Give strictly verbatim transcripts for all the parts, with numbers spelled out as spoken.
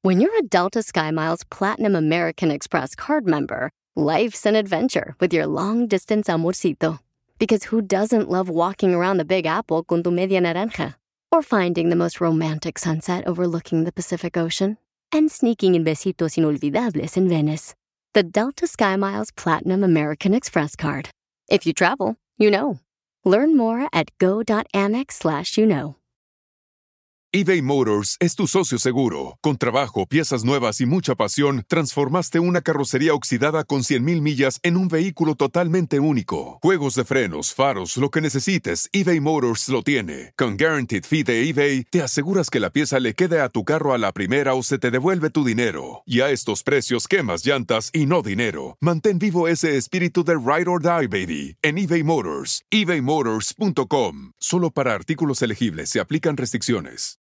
When you're a Delta SkyMiles Platinum American Express card member, life's an adventure with your long-distance amorcito. Because who doesn't love walking around the Big Apple con tu media naranja? Or finding the most romantic sunset overlooking the Pacific Ocean? And sneaking in besitos inolvidables in Venice. The Delta SkyMiles Platinum American Express card. If you travel, you know. Learn more at go.amex slash you know. eBay Motors es tu socio seguro. Con trabajo, piezas nuevas y mucha pasión, transformaste una carrocería oxidada con cien mil millas en un vehículo totalmente único. Juegos de frenos, faros, lo que necesites, eBay Motors lo tiene. Con Guaranteed Fee de eBay, te aseguras que la pieza le quede a tu carro a la primera o se te devuelve tu dinero. Y a estos precios, quemas llantas y no dinero. Mantén vivo ese espíritu de Ride or Die, baby, en eBay Motors. ebay motors punto com. Solo para artículos elegibles se aplican restricciones.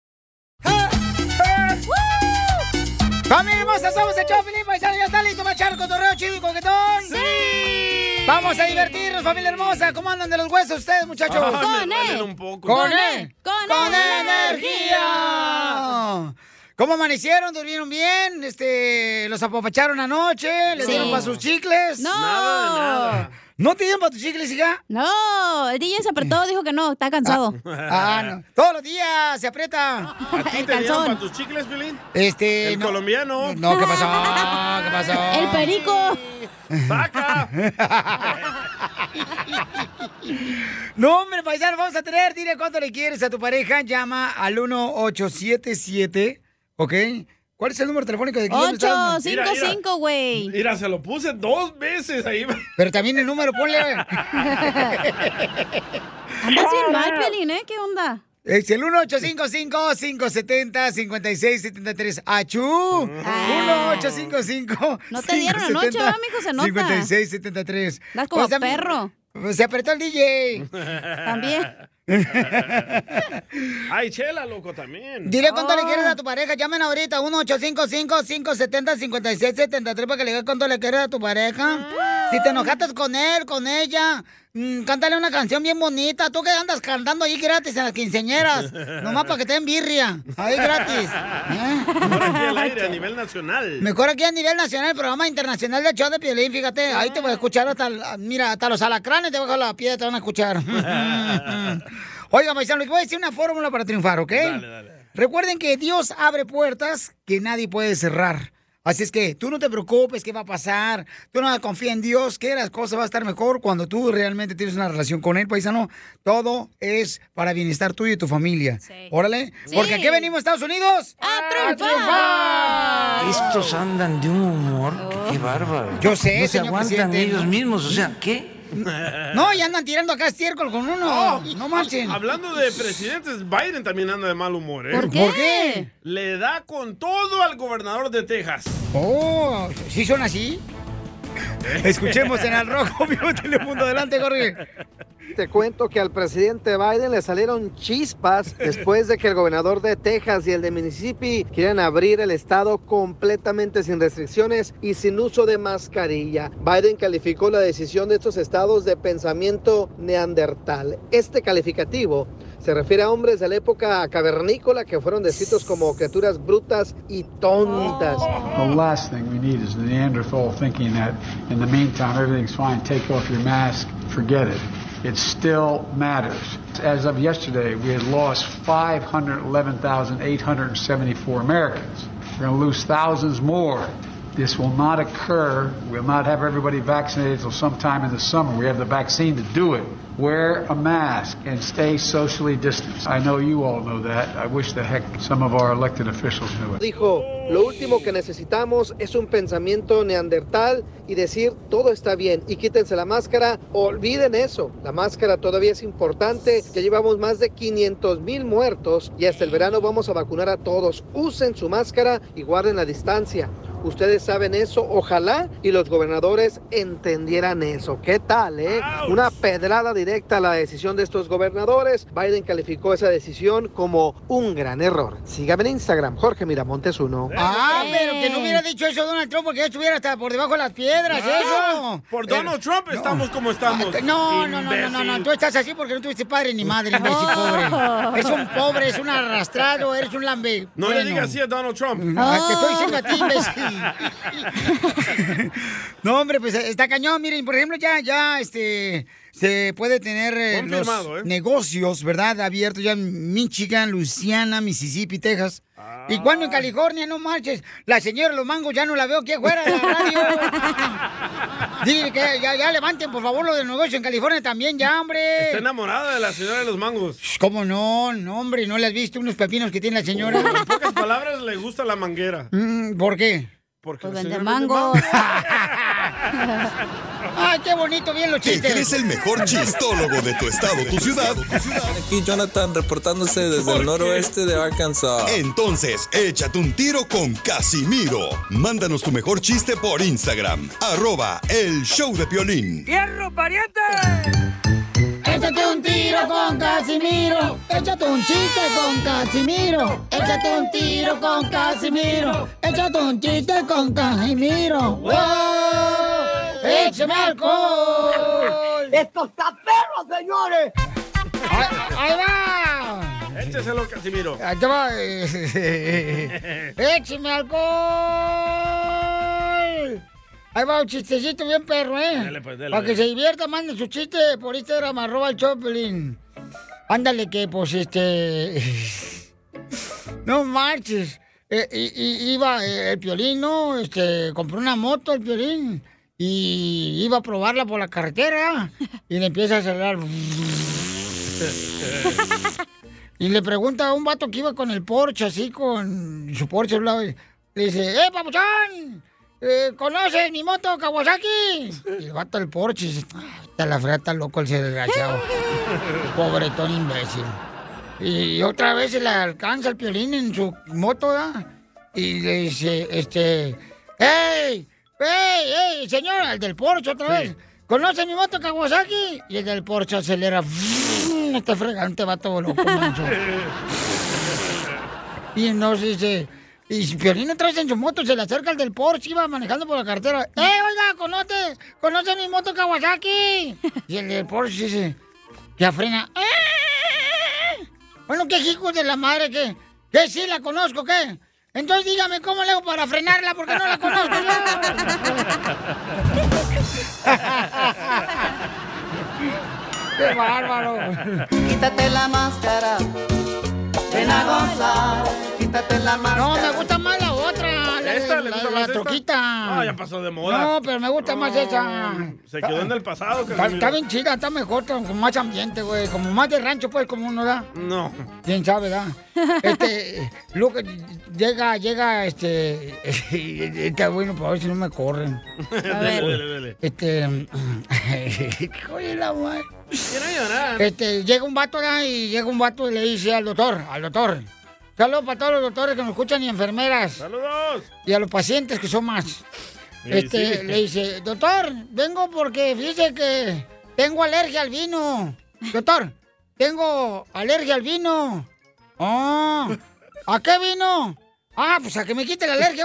¡Familia hermosa! Somos el show, Felipe Paisano. ¿Ya está listo para echar cotorreo chido y coquetón? ¡Sí! Vamos a divertirnos, familia hermosa. ¿Cómo andan de los huesos ustedes, muchachos? Ah, con él. Un poco. Con Con él. él. Con, Con energía. ¿Cómo amanecieron? ¿Durmieron bien? Este, ¿los apapacharon anoche? ¿Les Sí. dieron para sus chicles? No. Nada de nada. ¿No te dieron para tus chicles, hija? No, el D J se apretó, dijo que no, está cansado. Ah, no. Todos los días se aprieta. ¿A ti te dieron para tus chicles, Pilín? Este, ¿El no. colombiano? No, ¿qué pasó? ¿Qué pasó? El perico. ¡Saca! No, hombre, paisano, vamos a tener. Dile cuánto le quieres a tu pareja. Llama al uno ocho siete siete, ¿ok? ¿Cuál es el número telefónico de aquí? ocho cinco cinco, güey. Mira, se lo puse dos veces ahí. Pero también el número, ponle. Andas bien mal, Pelín, ¿eh? ¿Qué onda? Es el uno ocho cinco cinco, cinco siete cero, cinco seis siete tres. ¡Achú! uno ocho cinco cinco. No te dieron anoche, ¿va, mijo? Se nota. cinco seis siete tres. Das como Pues, perro. Se apretó el D J. También. Ay, chela, loco, también. Dile cuánto le quieres a tu pareja. Llamen ahorita, uno ocho cinco cinco, cinco siete cero, cinco seis siete tres para que le digas cuánto le quieres a tu pareja. Si te enojaste con él, con ella, mmm, cántale una canción bien bonita. Tú que andas cantando ahí gratis en las quinceañeras. Nomás para que te den birria. Ahí gratis. ¿Eh? Mejor aquí al aire, a nivel nacional. Mejor aquí a nivel nacional, el programa internacional del show de Piolín, fíjate. Ahí te voy a escuchar hasta, mira, hasta los alacranes te bajan la piedra, te van a escuchar. Oiga, paisano, les voy a decir una fórmula para triunfar, ¿ok? Dale, dale. Recuerden que Dios abre puertas que nadie puede cerrar. Así es que tú no te preocupes qué va a pasar. Tú no confía en Dios que las cosas van a estar mejor cuando tú realmente tienes una relación con Él, paisano. Todo es para bienestar tuyo y tu familia. Sí. Órale. Sí. Porque aquí venimos, Estados Unidos, ¡A triunfar! Estos andan de un humor, que qué bárbaro. Yo sé, No se señor aguantan presidente, ellos ¿no? mismos, o sea, ¿qué? No, y andan tirando acá estiércol con uno. No marchen. Hablando de presidentes, Biden también anda de mal humor, ¿eh? ¿Por qué? ¿Por qué? Le da con todo al gobernador de Texas. Oh, ¿sí son así? Escuchemos en Al Rojo, vivo Telemundo. Adelante, Jorge. Te cuento que al presidente Biden le salieron chispas después de que el gobernador de Texas y el de Mississippi quieran abrir el estado completamente sin restricciones y sin uso de mascarilla. Biden calificó la decisión de estos estados de pensamiento neandertal. Este calificativo se refiere a hombres de la época cavernícola que fueron descritos como criaturas brutas y tontas. The last thing we need is the Neanderthal thinking that in the meantime everything's fine, take off your mask, forget it. It still matters. As of yesterday, we had lost five hundred eleven thousand eight hundred seventy-four Americans. We're going to lose thousands more. This will not occur. We'll not have everybody vaccinated until sometime in the summer. We have the vaccine to do it. Wear a mask and stay socially distanced. I know you all know that. I wish the heck some of our elected officials knew it. Dijo, lo último que necesitamos es un pensamiento neandertal y decir todo está bien y quítense la máscara. Olviden eso. La máscara todavía es importante. Ya llevamos más de quinientos mil muertos y hasta el verano vamos a vacunar a todos. Usen su máscara y guarden la distancia. Ustedes saben eso, ojalá y los gobernadores entendieran eso. ¿Qué tal, eh? Una pedrada directa a la decisión de estos gobernadores. Biden calificó esa decisión como un gran error. Sígame en Instagram, Jorge Miramontes uno. Ah, pero qué que no hubiera dicho eso Donald Trump porque ya estuviera hasta por debajo de las piedras, Ah, eso. Por Donald Trump estamos como estamos. No, no, no, no, no, no, tú estás así porque no tuviste padre ni madre, imbécil pobre. Es un pobre, es un arrastrado, eres un lambe. No bueno. le digas así a Donald Trump. No, te estoy diciendo a ti, imbécil. No, hombre, pues está cañón. Miren, por ejemplo, ya, ya, este, se puede tener eh, los Confirmado, ¿eh? negocios, ¿verdad? Abiertos ya en Michigan, Louisiana, Mississippi, Texas. ¿Y cuándo en California? No marches. La señora Los Mangos ya no la veo aquí afuera de la radio. Dile que ya, ya levanten, por favor, lo del negocio en California también, ya, hombre. Está enamorada de la señora de los mangos. ¿Cómo no? No, hombre, ¿no le has visto unos pepinos que tiene la señora? En pocas palabras, le gusta la manguera. Mm, ¿Por qué? Porque Pues la vende señora mangos. ¡Ay, qué bonito! Bien los ¿Te chistes. crees el mejor chistólogo de tu estado, tu ciudad? Aquí Jonathan reportándose desde el noroeste de Arkansas. Entonces, échate un tiro con Casimiro. Mándanos tu mejor chiste por Instagram. Arroba el show de Piolín. ¡Fierro, pariente! Échate un tiro con Casimiro. Échate un chiste con Casimiro. Échate un tiro con Casimiro. Échate un chiste con Casimiro. ¡Wow! ¡Échame alcohol! ¡Esto está perro, señores! ¡Ahí, ahí va! Écheselo, Casimiro. Ahí te va. ¡Échame alcohol! Ahí va un chistecito bien perro, ¿eh? Dale, pues, dale, Para que dale. se divierta, manden su chiste por Instagram, arroba el Choplin. Ándale que, pues, este... No marches. Eh, y, y- iba eh, el Piolín, ¿no? Este, compró una moto el Piolín. Y iba a probarla por la carretera. Y le empieza a acelerar. Y le pregunta a un vato que iba con el Porsche, así, con su Porsche a un lado. Le dice, ¡eh, papuchón! Eh, ¿Conoces mi moto Kawasaki? Y el vato del Porsche dice, "Ah, está la frata loco el desgraciado. Pobretón imbécil. Y otra vez se le alcanza el Piolín en su moto, ¿verdad? Y le dice, este, ¡ey! ¡Ey, ey, señor! El del Porsche otra vez. ¿Conoce mi moto Kawasaki? Y el del Porsche acelera. Este fregante vato loco, mancho. Y entonces dice, y Piolín otra vez en su moto se le acerca el del Porsche, iba manejando por la carretera. ¡Eh, oiga, conoce, conoce mi moto Kawasaki! Y el del Porsche dice, ya frena. ¡Eh! Bueno, qué hijos de la madre, ¿qué? ¿Qué sí la conozco, qué? Entonces dígame cómo le hago para frenarla, porque no la conozco yo. ¡Qué bárbaro! Quítate la máscara, ven a gozar. Quítate la máscara. No, me gusta más la otra, la, ¿Esta? la, ¿Le la, gusta la más esta? troquita. No, ya pasó de moda. No, pero me gusta más esa. Se quedó en el pasado, Está, Casimiro. está bien chida, está mejor, con con más ambiente, güey. Como más de rancho, pues, como uno da. No. ¿Quién sabe, da? Este, luego llega, llega, este... Está bueno, para ver si no me corren. Dele, dele, dele. Este... Oye, la madre. Quiero llorar. Este, llega un vato, ¿verdad? Y llega un vato y le dice al doctor, al doctor. Saludos para todos los doctores que nos escuchan y enfermeras. ¡Saludos! Y a los pacientes que son más. Sí, Este, sí. le dice, doctor, vengo porque fíjese que tengo alergia al vino. Doctor, tengo alergia al vino. Oh, ¿a qué vino? Ah, pues a que me quite la alergia,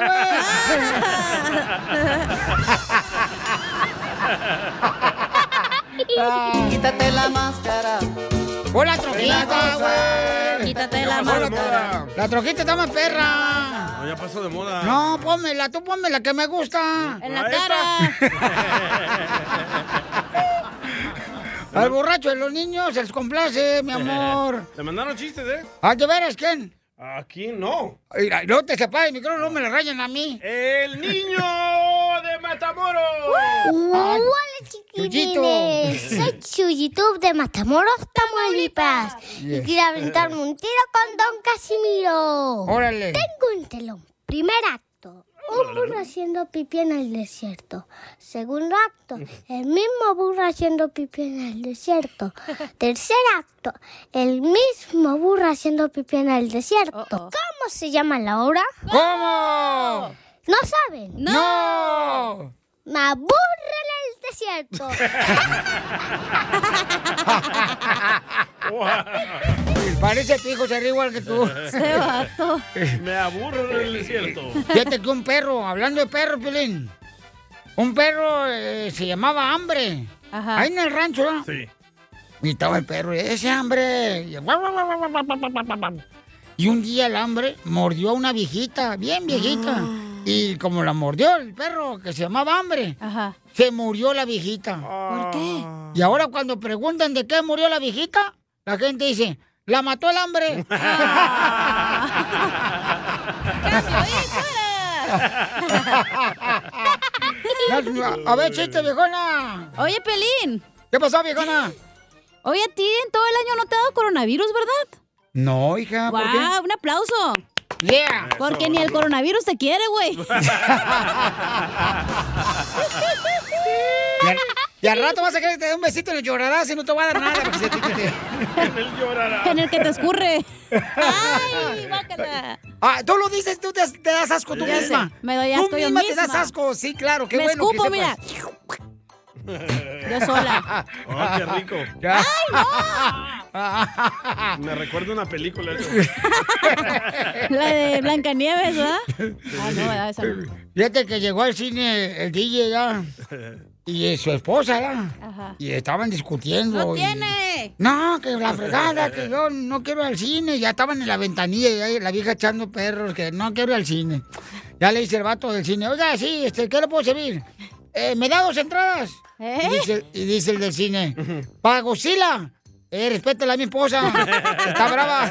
güey. Quítate la máscara. ¡Pon la troquita, güey! Quítate Ya la pasó de máscara. moda. La troquita está más perra. No, ya pasó de moda. No, pónmela, tú pónmela que me gusta. En la Ah, cara. Al borracho de los niños se les complace, mi amor. ¿Te mandaron chistes, eh? ¿Ah, de veras, quién? Aquí no. Mira, no te separes el micrófono, no me la rayan a mí. ¡El niño de Matamoros! Ay, Hola chiquitines, soy Chuyitub de Matamoros, Tamaulipas. Yes. Y quiero aventarme un tiro con Don Casimiro. Órale. Tengo un telón. Primer acto, un burro haciendo pipí en el desierto. Segundo acto, el mismo burro haciendo pipí en el desierto. Tercer acto, el mismo burro haciendo pipí en el desierto. Uh-oh. ¿Cómo se llama la obra? ¿Cómo? ¿No saben? ¡No! Me aburre el desierto. Parece tu hijo, se ríe igual que tú. Ese vato. Me aburro en el desierto. Fíjate que un perro, hablando de perro, Piolín. Un perro eh, se llamaba Hambre. Ajá. Ahí en el rancho, ¿no? Sí. Y estaba el perro, ese Hambre. Y un día el Hambre mordió a una viejita, bien viejita. Ah. Y como la mordió el perro, que se llamaba Hambre, Ajá. se murió la viejita. ¿Por qué? Y ahora cuando preguntan de qué murió la viejita, la gente dice, la mató el Hambre. A ver, chiste, viejona. Oye, Pelín. ¿Qué pasó, viejona? Oye, a ti en todo el año no te ha dado coronavirus, ¿verdad? No, hija, ¿por wow, qué? Un aplauso. Yeah. Porque ni el coronavirus te quiere, güey. y, al, y al rato vas a querer que te dé un besito en el llorarás y no te va a dar nada. Porque se te quite. En el llorarás. En el que te escurre. Ay, bácala. Ah, tú lo dices, tú te, te das asco tú ya misma. Sé, me doy asco tú yo misma misma. te das asco, sí, claro, qué me bueno escupo, que mira. Yo sola. Oh, qué rico. ¡Ay, no! Me recuerda una película. La de Blancanieves, ¿verdad? Ah, no, ¿verdad? Esa no. Fíjate que llegó al cine el D J, ¿verdad? Y su esposa, ¿verdad? Ajá. Y estaban discutiendo. ¡No y... tiene! No, que la fregada, que yo no quiero ir al cine. Ya estaban en la ventanilla y ahí la vieja echando perros, que no quiero ir al cine. Ya le dice el vato del cine, oiga, sí, este, ¿qué le puedo servir? Eh, ¿Me da dos entradas? ¿Eh? Y, dice, y dice el del cine, para Godzilla. Eh, respétela a mi esposa. Está brava.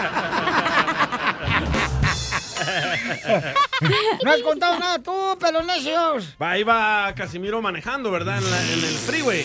No has contado nada tú, pelonesios. Va, ahí va Casimiro manejando, ¿verdad? En, la, en el freeway.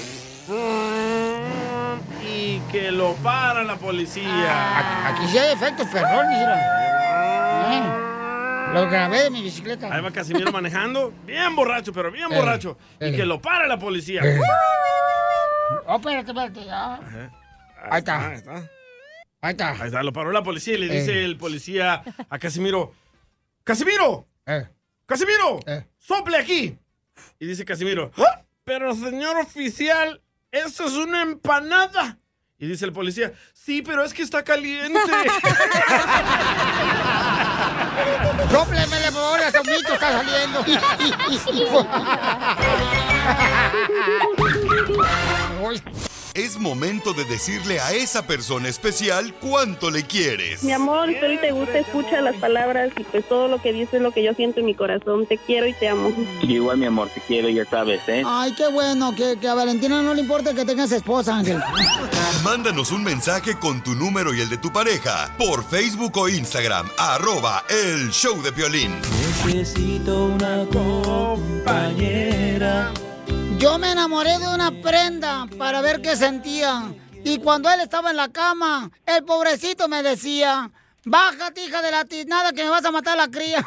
Y que lo para la policía. Aquí, aquí sí hay efectos perrones, mira. Eh, lo grabé de mi bicicleta. Ahí va Casimiro manejando, bien borracho, pero bien eh, borracho. Eh, y que lo para la policía. Eh. Oh, espérate, espérate. Ya. Ahí está. Ahí está. Ahí está. Ahí está, lo paró la policía y le dice eh. el policía a Casimiro, ¡Casimiro! Eh. ¡Casimiro! Eh. ¡Sople aquí! Y dice Casimiro, ¡ah! Pero señor oficial, ¡eso es una empanada! Y dice el policía, sí, pero es que está caliente. Sóplemele, por favor, ese humito está saliendo. Es momento de decirle a esa persona especial cuánto le quieres. Mi amor, si te gusta, escucha las palabras y pues todo lo que dices es lo que yo siento en mi corazón. Te quiero y te amo. Y igual, mi amor, te quiero, ya sabes, ¿eh? Ay, qué bueno, que, que a Valentina no le importa que tengas esposa, Ángel. Mándanos un mensaje con tu número y el de tu pareja por Facebook o Instagram, arroba el show de Piolín. Necesito una compañera. Yo me enamoré de una prenda para ver qué sentía. Y cuando él estaba en la cama, el pobrecito me decía, bájate, hija de la tiznada, que me vas a matar la cría.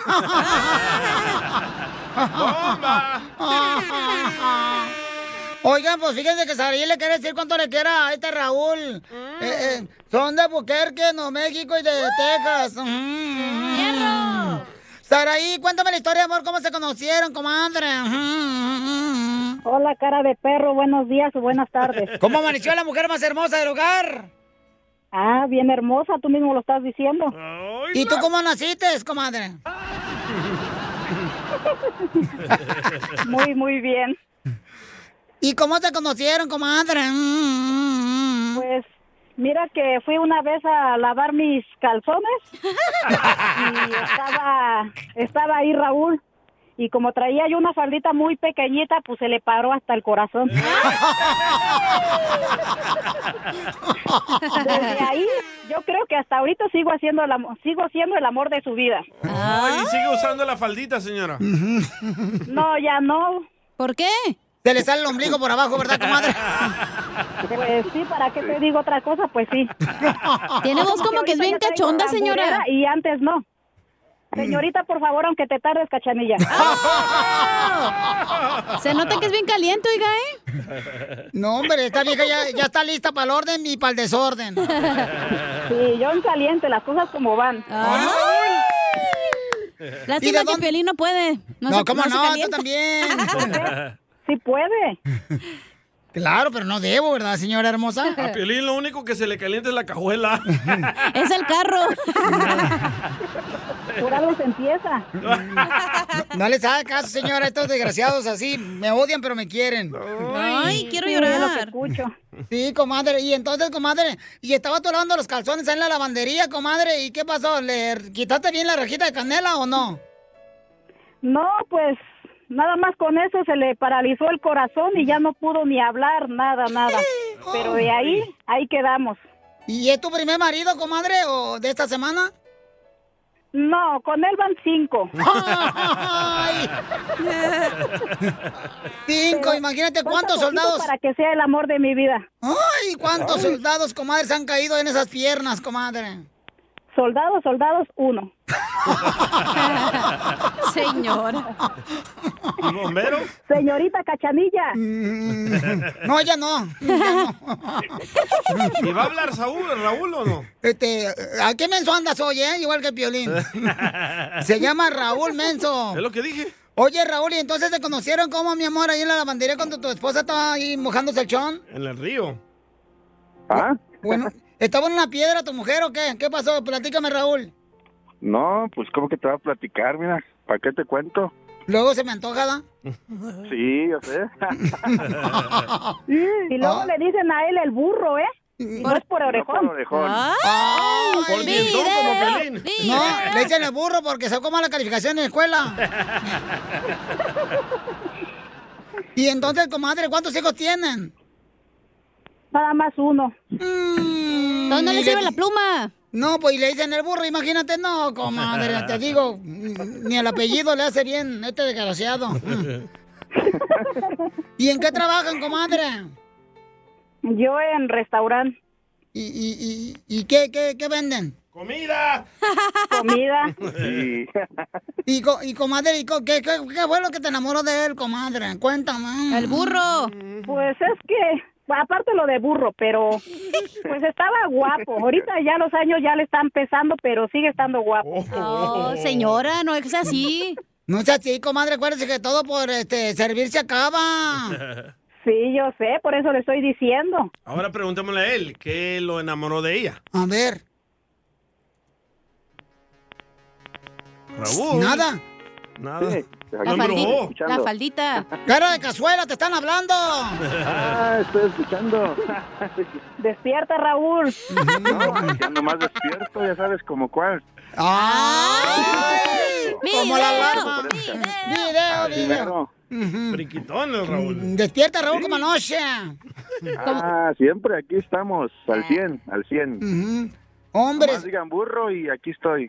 ¡Bomba! Oigan, pues fíjense que Saraí le quiere decir cuánto le quiera a este Raúl. Mm. Eh, eh, son de Buquerque, Nuevo México y de Texas. Mm. ¡Hierro! Saraí, cuéntame la historia, amor, cómo se conocieron, comadre. Hola, cara de perro, buenos días o buenas tardes. ¿Cómo amaneció la mujer más hermosa del hogar? Ah, bien hermosa, tú mismo lo estás diciendo. ¿Y tú cómo naciste, comadre? Muy, muy bien. ¿Y cómo se conocieron, comadre? Pues, mira que fui una vez a lavar mis calzones y estaba, estaba ahí Raúl. Y como traía yo una faldita muy pequeñita, pues se le paró hasta el corazón. Desde ahí, yo creo que hasta ahorita sigo haciendo el amor, sigo siendo el amor de su vida. Ay, ¿y sigue usando la faldita, señora? No, ya no. ¿Por qué? Se le sale el ombligo por abajo, ¿verdad, comadre? Pues sí, ¿para qué te digo otra cosa? Pues sí. Tiene voz como que es bien cachonda, señora. Y antes no. Señorita, por favor, aunque te tardes, Cachanilla. ¡Oh! Se nota que es bien caliente, oiga, ¿eh? No, hombre, esta vieja ya, ya está lista para el orden y para el desorden. Sí, yo en caliente, las cosas como van. Ay. Lástima que Piolín no puede. No, no ¿cómo no? no tú también. Sí puede. Claro, pero no debo, ¿verdad, señora hermosa? A Piolín lo único que se le calienta es la cajuela. Es el carro. Por algo se empieza. No, no les haga caso, señora, estos desgraciados así. Me odian, pero me quieren. Ay, quiero Sí, llorar. es lo que escucho. Sí, comadre. Y entonces, comadre, y estaba tú lavando los calzones ahí en la lavandería, comadre. ¿Y qué pasó? ¿Le quitaste bien la rajita de canela o no? No, pues nada más con eso se le paralizó el corazón y ya no pudo ni hablar, nada, nada. Pero de ahí, ahí quedamos. ¿Y es tu primer marido, comadre, o de esta semana? No, con él van cinco. ¡Ay! Cinco, Pero, imagínate ¿cuántos cuántos ojitos soldados. para que sea el amor de mi vida? ¡Ay! ¿Cuántos soldados, comadre, se han caído en esas piernas, comadre? Soldados, soldados, uno. Señora. ¿Y bomberos? Señorita Cachanilla. No, ya no. Ya no. ¿Y va a hablar Saúl, Raúl o no? Este, ¿a qué menso andas hoy, eh? Igual que el Piolín. Se llama Raúl Menso. Es lo que dije. Oye, Raúl, ¿y entonces te conocieron cómo, mi amor, ahí en la lavandería cuando tu esposa estaba ahí mojándose el chón? En el río. ¿Ah? Bueno, ¿estaba en una piedra tu mujer o qué? ¿Qué pasó? Platícame, Raúl. No, pues ¿cómo que te va a platicar? Mira, ¿para qué te cuento? Luego se me antoja, ¿da? Sí, yo sé. Y luego le dicen a él el burro, ¿eh? Y no es por orejón. No por orejón. Ay, Por dientón como Pelín. No, le dicen el burro porque sacó mala calificación en la escuela. Y entonces, comadre, ¿cuántos hijos tienen? Nada más uno. Mm, ¿Dónde le y sirve la pluma? No, pues y le dicen el burro, imagínate, no, comadre, te digo, ni el apellido le hace bien, este desgraciado. ¿Y en qué trabajan, comadre? Yo en restaurante. ¿Y, y, y, y qué, qué, qué venden? ¡Comida! Comida. Sí. Y, co- y comadre, ¿y co- qué, qué, qué fue lo que te enamoró de él, comadre? Cuéntame. El burro. Pues es que, aparte lo de burro, pero pues estaba guapo. Ahorita ya los años ya le están pesando, pero sigue estando guapo. Oh, señora, no es así. No es así, comadre, acuérdese que todo por este servir se acaba. Sí, yo sé, por eso le estoy diciendo. Ahora preguntémosle a él, ¿qué lo enamoró de ella? A ver. Raúl. Nada. Nada. Sí, Lo La, embrujó. faldi- la faldita. Cara de cazuela, te están hablando. Ah, estoy escuchando. Despierta, Raúl. No, ya nomás despierto, ya sabes como cuál. ¡Ay! Como la alarma. Video, Así video. mero. Ujú. Friquitón el Raúl. Despierta, Raúl, como anoche. Ah, siempre aquí estamos, al cien, al cien. Ujú. Hombres. Nomás digan burro y aquí estoy.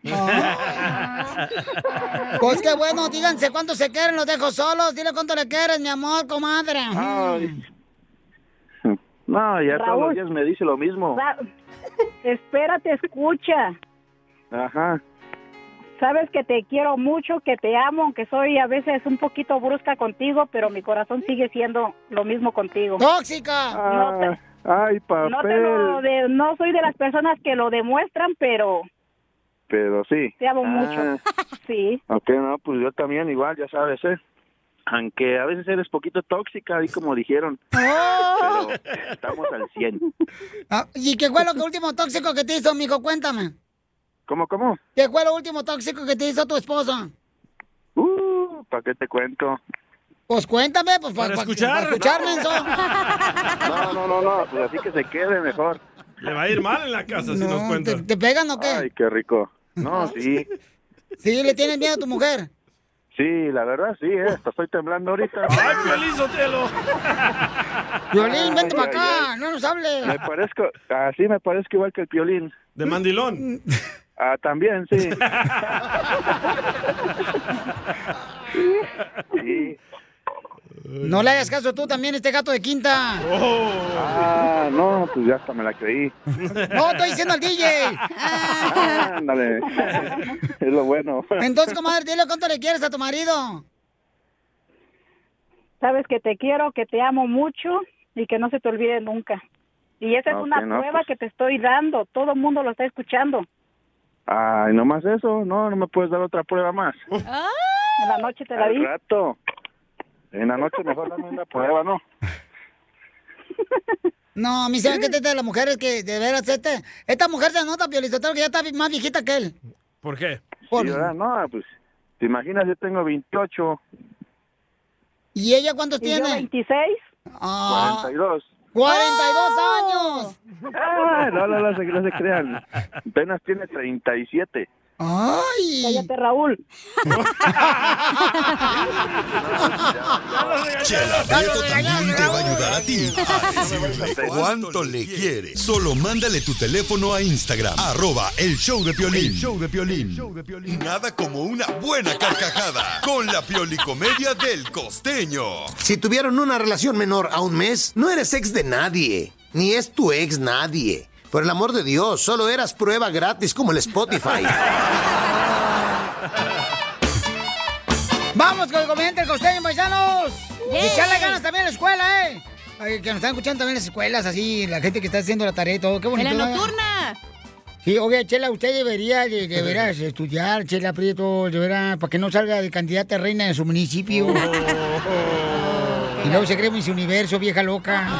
Pues qué bueno, díganse cuánto se quieren, los dejo solos. Dile cuánto le quieres, mi amor, comadre. Ay. No, ya todos Raúl. los días me dice lo mismo. Ra- Espérate, escucha. Ajá. Sabes que te quiero mucho, que te amo, aunque soy a veces un poquito brusca contigo, pero mi corazón sigue siendo lo mismo contigo. ¡Tóxica! No te- Ah, ay, papel. No, te lo de- no soy de las personas que lo demuestran, pero Pero sí. te amo Ah, mucho. Sí. Ok, no, pues yo también igual, ya sabes, ¿eh? Aunque a veces eres poquito tóxica, ahí como dijeron. Oh. Pero estamos al cien. Ah, ¿y qué fue lo que último tóxico que te hizo, mijo? Cuéntame. ¿Cómo, cómo? ¿Qué fue lo último tóxico que te hizo tu esposa? Uh, ¿para qué te cuento? Pues cuéntame, pues Para pa- escuchar. Para escuchar, menso. No, no, no, no, pues así que se quede mejor. Le va a ir mal en la casa si nos No, cuenta. ¿te, te pegan o qué? Ay, qué rico. No, sí, Sí, le tienes miedo a tu mujer. sí, la verdad sí, ¿eh? Hasta estoy temblando ahorita. ¡Ay, Piolín Sotelo! Violín, vente Ay, para acá, ay, no nos hables. Me parezco, así me parezco igual que el Piolín. De mandilón. Ah, también, sí. Sí. No le hagas caso tú también, este gato de quinta. Oh. Ah, no, pues ya hasta me la creí. No, estoy diciendo al D J. Ah, ándale. Es lo bueno. Entonces, comadre, dile cuánto le quieres a tu marido. Sabes que te quiero, que te amo mucho y que no se te olvide nunca. Y esa es Ok, una no, prueba pues. que te estoy dando. Todo el mundo lo está escuchando. Ay, nomás eso. No, no me puedes dar otra prueba más. En la noche te la Al di. rato. En la noche mejor dame una prueba, ¿no? No, mi señor, que te de las mujeres que de veras, este, esta mujer se nota, Piolizotelo, que ya está más viejita que él. ¿Por qué? Sí, ¿verdad? No, pues, te imaginas, yo tengo veintiocho. ¿Y ella cuántos ¿Y tiene? yo veintiséis. Ah, cuarenta y dos. cuarenta y dos años. Ah, no, no, no, se, no se crean. Apenas tiene treinta y siete. ¡Ay! Cállate, Raúl. Chela Prieto también te va a ayudar a ti a decirle cuánto le quiere. Solo mándale tu teléfono a Instagram, arroba el show de Piolín. El show de Piolín. Nada como una buena carcajada con la piolicomedia del Costeño. Si tuvieron una relación menor a un mes, no eres ex de nadie, ni es tu ex nadie. Por el amor de Dios, solo eras prueba gratis como el Spotify. Vamos con el comediante del Costeño, paisanos. Yeah. Y echarle ganas también a la escuela, ¿eh? Ay, que nos están escuchando también en las escuelas, así, la gente que está haciendo la tarea y todo. Qué bonito. En la ¿no? nocturna. Sí, oye, Chela, usted debería, de, deberías estudiar, Chela Prieto, debería, para que no salga de candidata a reina de su municipio. Oh. Y luego se cree Miss Universo, vieja loca.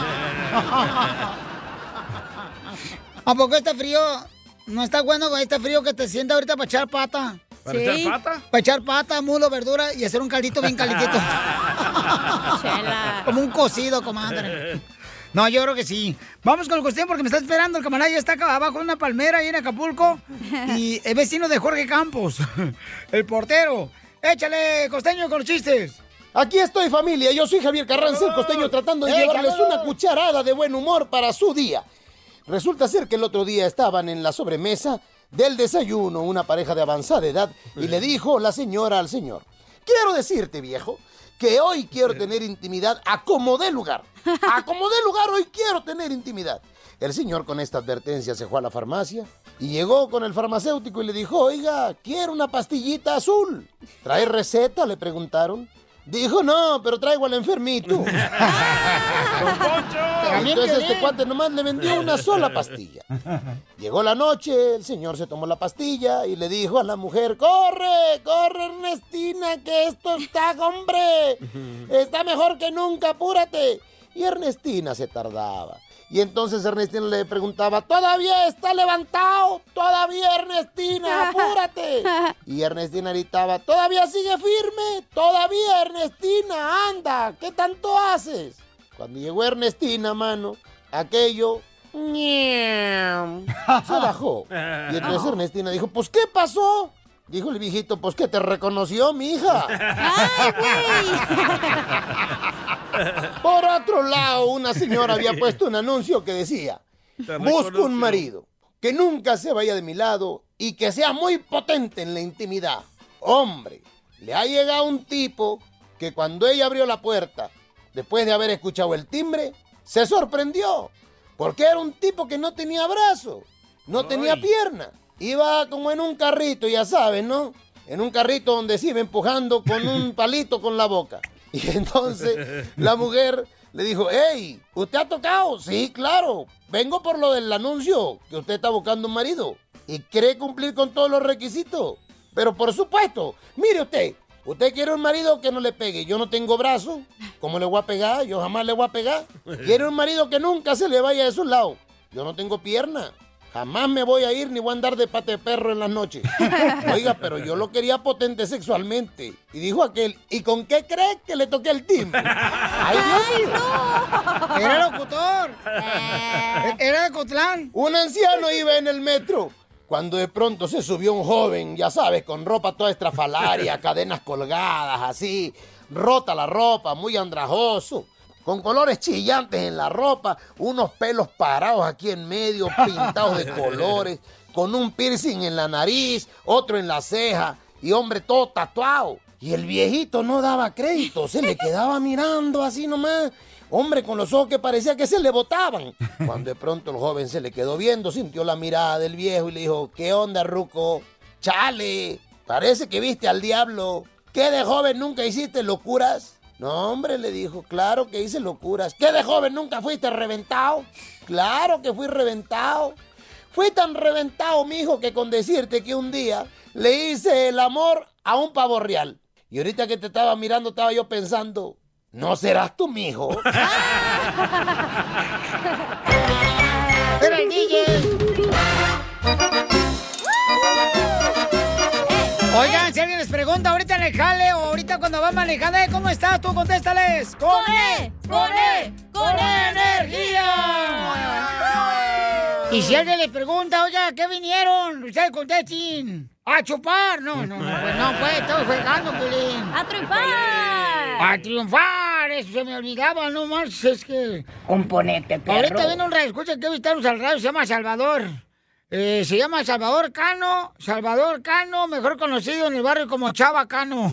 ¿A poco este frío no está bueno con este frío que te sienta ahorita para echar pata? ¿Para ¿Sí? echar pata? Para echar pata, mulo, verdura y hacer un caldito bien calientito. Chela. Como un cocido, comadre. No, yo creo que sí. Vamos con el Costeño porque me está esperando. El camarada ya está acá abajo en una palmera ahí en Acapulco. Y es vecino de Jorge Campos, el portero. Échale, Costeño, con los chistes. Aquí estoy, familia. Yo soy Javier Carranza, el Costeño, tratando de llevarles una cucharada de buen humor para su día. Resulta ser que el otro día estaban en la sobremesa del desayuno una pareja de avanzada edad y le dijo la señora al señor: quiero decirte, viejo, que hoy quiero tener intimidad a como dé lugar. A como dé lugar, hoy quiero tener intimidad. El señor con esta advertencia se fue a la farmacia y llegó con el farmacéutico y le dijo: oiga, quiero una pastillita azul. ¿Trae receta?, le preguntaron. Dijo: no, pero traigo al enfermito. Entonces este cuate nomás le vendió una sola pastilla. Llegó la noche, el señor se tomó la pastilla y le dijo a la mujer: corre, corre, Ernestina, que esto está, hombre, está mejor que nunca, apúrate. Y Ernestina se tardaba. Y entonces Ernestina le preguntaba: ¿todavía está levantado? ¿Todavía, Ernestina? ¡Apúrate! Y Ernestina gritaba: ¿todavía sigue firme? ¿Todavía, Ernestina? ¡Anda! ¿Qué tanto haces? Cuando llegó Ernestina, mano, aquello se bajó. Y entonces Ernestina dijo: ¿pues qué pasó? Dijo el viejito: pues que te reconoció, mi hija. ¡Ay, güey! Por otro lado, una señora había puesto un anuncio que decía: busco un marido que nunca se vaya de mi lado y que sea muy potente en la intimidad. Hombre, le ha llegado un tipo que cuando ella abrió la puerta, después de haber escuchado el timbre, se sorprendió, porque era un tipo que no tenía brazo, no tenía pierna. Iba como en un carrito, ya sabes, ¿no? En un carrito donde se iba empujando con un palito con la boca. Y entonces la mujer le dijo: hey, ¿usted ha tocado? Sí, claro. Vengo por lo del anuncio, que usted está buscando un marido. ¿Y cree cumplir con todos los requisitos? Pero por supuesto, mire usted, usted quiere un marido que no le pegue. Yo no tengo brazo, ¿cómo le voy a pegar? Yo jamás le voy a pegar. Quiere un marido que nunca se le vaya de su lado. Yo no tengo pierna. Jamás me voy a ir ni voy a andar de pata de perro en las noches. Oiga, pero yo lo quería potente sexualmente. Y dijo aquel: ¿y con qué cree que le toqué el timbre? ¡Ay, Dios mío! No. Era locutor. Era de Cotlán. Un anciano iba en el metro cuando de pronto se subió un joven, ya sabes, con ropa toda estrafalaria, cadenas colgadas, así, rota la ropa, muy andrajoso, con colores chillantes en la ropa, unos pelos parados aquí en medio, pintados de colores, con un piercing en la nariz, otro en la ceja, y hombre todo tatuado. Y el viejito no daba crédito, se le quedaba mirando así nomás, hombre con los ojos que parecía que se le botaban. Cuando de pronto el joven se le quedó viendo, sintió la mirada del viejo y le dijo: ¿qué onda, ruco? Chale, parece que viste al diablo. ¿Qué de joven nunca hiciste locuras? No, hombre, le dijo: claro que hice locuras. ¿Qué de joven nunca fuiste reventado? Claro que fui reventado. Fui tan reventado, mijo, que con decirte que un día le hice el amor a un pavo real. Y ahorita que te estaba mirando, estaba yo pensando: ¿No serás tú, mijo? ¡Era el D J! Oigan, si alguien les pregunta ahorita en el jale o ahorita cuando va manejando, eh, ¿cómo estás? Tú contéstales. ¡Con E! ¡Con E! ¡Con energía! Y si alguien les pregunta, oiga, ¿qué vinieron? Ustedes contesten. ¿A chupar? No, no, no, pues no, pues, estoy jugando, Pelín. ¡A triunfar! ¡A triunfar! Eso se me olvidaba, no más, es que... Componente, perro. Ahorita viene un radio, escucha que invitaron al radio, se llama Salvador. Eh, se llama Salvador Cano, Salvador Cano, mejor conocido en el barrio como Chava Cano.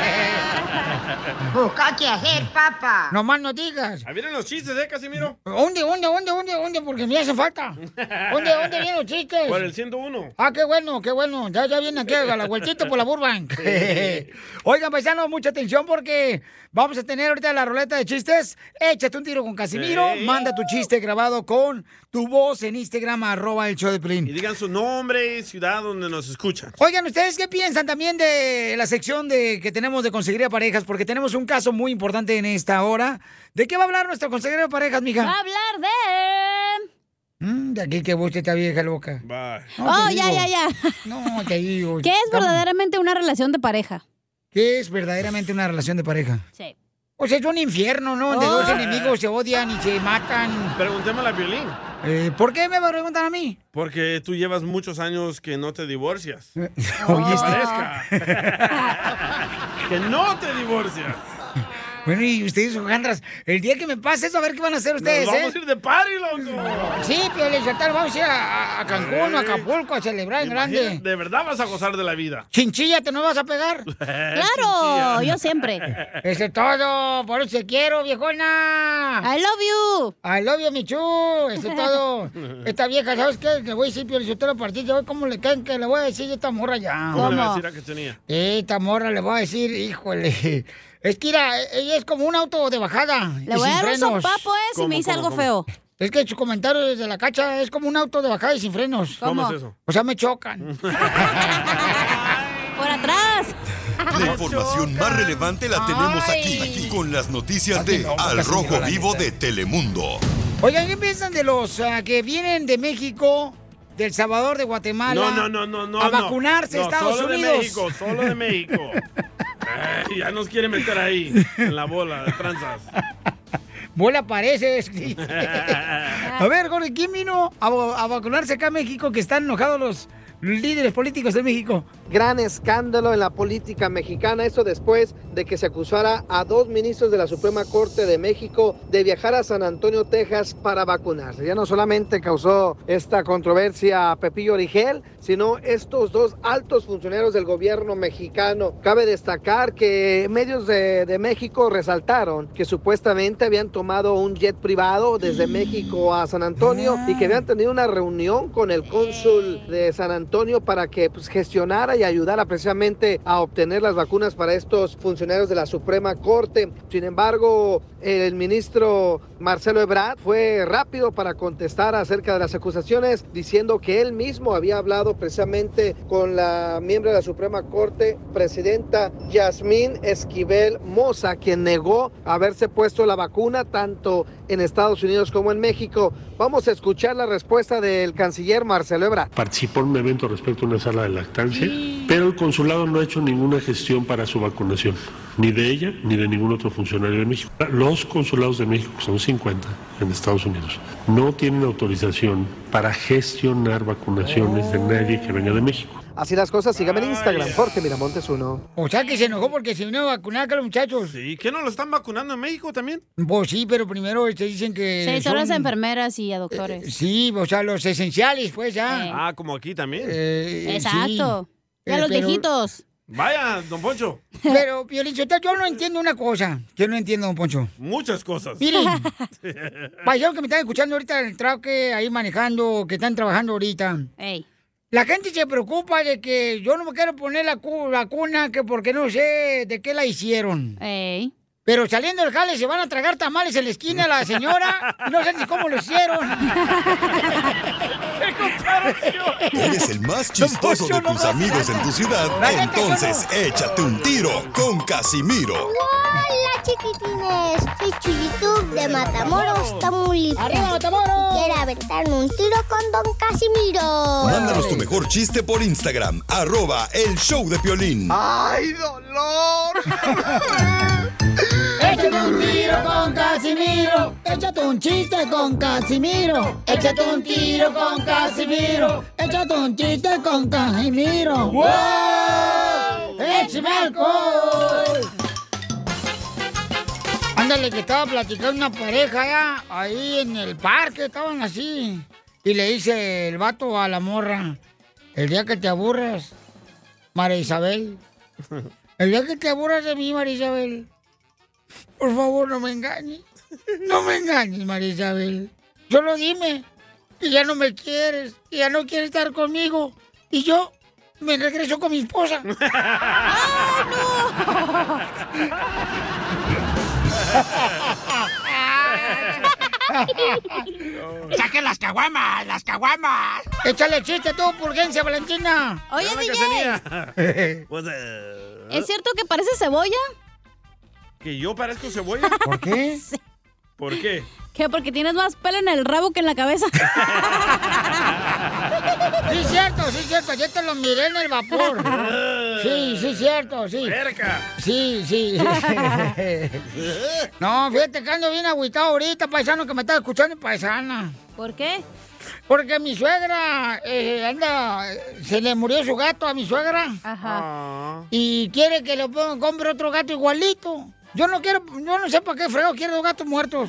Busca qué hacer, papá. No más no digas. Ahí vienen los chistes, ¿eh, Casimiro? ¿Dónde, dónde, dónde, dónde, dónde? Porque me hace falta. ¿Dónde, dónde vienen los chistes? Por el ciento uno. Ah, qué bueno, qué bueno. Ya, ya viene aquí a la vueltita por la Burbank. Oigan, paisanos, mucha atención porque vamos a tener ahorita la ruleta de chistes. Échate un tiro con Casimiro. Sí. Manda tu chiste grabado con tu voz en Instagram, arroba el show de Pelín. Y digan su nombre y ciudad donde nos escuchan. Oigan, ¿ustedes qué piensan también de la sección de que tenemos de conseguir a parejas? Porque tenemos un caso muy importante en esta hora. ¿De qué va a hablar nuestro consejero de parejas, mija? Va a hablar de... Mm, de aquí que vos esta vieja loca. Bye. No, oh, te ya, digo. ya, ya. No, te digo. ¿Qué es verdaderamente una relación de pareja? ¿Qué es verdaderamente una relación de pareja? Sí. Pues es un infierno, ¿no? Donde Oh. dos enemigos se odian y se matan. Preguntémosle a Violín. Eh, ¿Por qué me va a preguntar a mí? Porque tú llevas muchos años que no te divorcias. Oye, Que este- parezca. Que no te divorcias. Bueno, y ustedes, Jandras, el día que me pase eso, a ver qué van a hacer ustedes, Nos vamos ¿eh? a ir de party, loco. Sí, pero les vamos a ir a, a Cancún o a Acapulco a celebrar en Imagínate, grande. de verdad vas a gozar de la vida. Chinchilla, ¿te no vas a pegar? Claro, yo siempre. Eso es todo, por eso te quiero, viejona. I love you. I love you, Michu. Eso es todo. Esta vieja, ¿sabes qué? Le voy a decir, Pio Lizotero, a partir de hoy, ¿cómo le caen que le voy a decir a esta morra ya? ¿Cómo le vas a decir a Cachanilla? Esta morra le voy a decir, híjole. Es que mira, ella es como un auto de bajada. Le voy a dar un sopapo, ¿eh? Si me dice algo feo. Es que su comentario desde la cacha es como un auto de bajada y sin frenos. ¿Cómo? ¿Cómo es eso? O sea, me chocan. Por atrás. La información más relevante la tenemos aquí, aquí, con las noticias de Al Rojo Vivo de Telemundo. Oigan, ¿qué piensan de los uh, que vienen de México, de El Salvador, de Guatemala? No, no, no, no, no. A no. vacunarse No, a Estados solo Unidos. de México, solo de México. Ay, ya nos quiere meter ahí, en la bola de tranzas. Bola pareces. A ver, Jorge, ¿quién vino a, a vacunarse acá en México que están enojados los líderes políticos de México? Gran escándalo en la política mexicana, eso después de que se acusara a dos ministros de la Suprema Corte de México de viajar a San Antonio, Texas para vacunarse. Ya no solamente causó esta controversia a Pepillo Origel, sino estos dos altos funcionarios del gobierno mexicano. Cabe destacar que medios de, de México resaltaron que supuestamente habían tomado un jet privado desde México a San Antonio y que habían tenido una reunión con el cónsul de San Antonio para que pues, gestionara y ayudara precisamente a obtener las vacunas para estos funcionarios de la Suprema Corte. Sin embargo, el ministro Marcelo Ebrard fue rápido para contestar acerca de las acusaciones, diciendo que él mismo había hablado precisamente con la miembro de la Suprema Corte, presidenta Yasmín Esquivel Moza, quien negó haberse puesto la vacuna tanto en Estados Unidos como en México. Vamos a escuchar la respuesta del canciller Marcelo Ebrard. Participó en un evento respecto a una sala de lactancia, pero el consulado no ha hecho ninguna gestión para su vacunación, ni de ella ni de ningún otro funcionario de México. Los consulados de México, que son cincuenta en Estados Unidos, no tienen autorización para gestionar vacunaciones de nadie que venga de México. Así las cosas, síganme en Instagram, Jorge Miramontes uno. O sea que se enojó porque se vino a vacunar acá los muchachos. Sí, ¿qué no lo están vacunando en México también? Pues sí, pero primero te dicen que Sí, son las enfermeras y a doctores. Eh, sí, o sea, los esenciales, pues ya. Ah, como aquí también. Eh, Exacto. sí. Y a Eh, los pero- viejitos. Vaya, don Poncho. Pero, Piolichotelo, yo no entiendo una cosa. Yo no entiendo, don Poncho. Muchas cosas. Miren, vayan que me están escuchando ahorita en el troque, ahí manejando, que están trabajando ahorita. Ey. La gente se preocupa de que yo no me quiero poner la cu- vacuna, que porque no sé de qué la hicieron. Ey. Pero saliendo del jale se van a tragar tamales en la esquina la señora y no sé ni cómo lo hicieron. ¿Eres el más chistoso de tus amigos en tu ciudad? Entonces, échate un tiro con Casimiro. Hola, chiquitines. Soy Chuyitub de Matamoros, Tamaulipas. ¡Arriba, Matamoros! Quiero aventarme un tiro con Don Casimiro. Mándanos tu mejor chiste por Instagram, arroba el show de Piolín. ¡Ay, dolor! Échate un tiro con Casimiro. Échate un chiste con Casimiro. Échate un tiro con Casimiro. Échate un chiste con Casimiro. ¡Wow! ¡Échame alcohol! Ándale, que estaba platicando una pareja ya, ahí en el parque, estaban así. Y le dice el vato a la morra: el día que te aburras, María Isabel, el día que te aburras de mí, María Isabel, por favor, no me engañes. No me engañes, María Isabel. Solo dime que ya no me quieres, que ya no quieres estar conmigo. Y yo me regreso con mi esposa. ¡Ay, no! ¡Saquen las caguamas, las caguamas! Échale chiste tú, por urgencia, Valentina. Oye, D J, ¿es cierto que parece cebolla? ¿Que yo parezco cebolla? ¿Por qué? Sí. ¿Por qué? ¿Qué? Porque tienes más pelo en el rabo que en la cabeza. Sí, es cierto, sí, es cierto. Yo te lo miré en el vapor. Sí, sí, es cierto, sí. ¡Cerca! Sí, sí. No, fíjate que ando bien agüitado ahorita, paisano, que me está escuchando, paisana. ¿Por qué? Porque mi suegra eh, anda, se le murió su gato a mi suegra. Ajá. Y quiere que le ponga, compre otro gato igualito. Yo no quiero, yo no sé para qué frego quiero dos gatos muertos.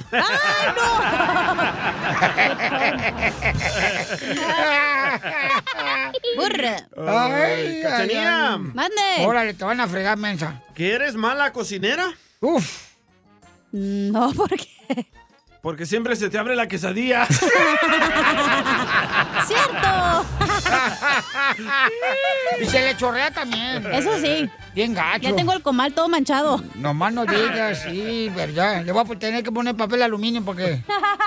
¡Ah, no! ¡Burra! Ay, Cachanilla. ¡Mande! Órale, te van a fregar, mensa. ¿Que eres mala cocinera? Uf. No, ¿por qué? Porque siempre se te abre la quesadilla. ¡Cierto! Y se le chorrea también. Eso sí. Bien gacho. Ya tengo el comal todo manchado. Nomás no digas, sí, verdad. Le voy a tener que poner papel aluminio porque...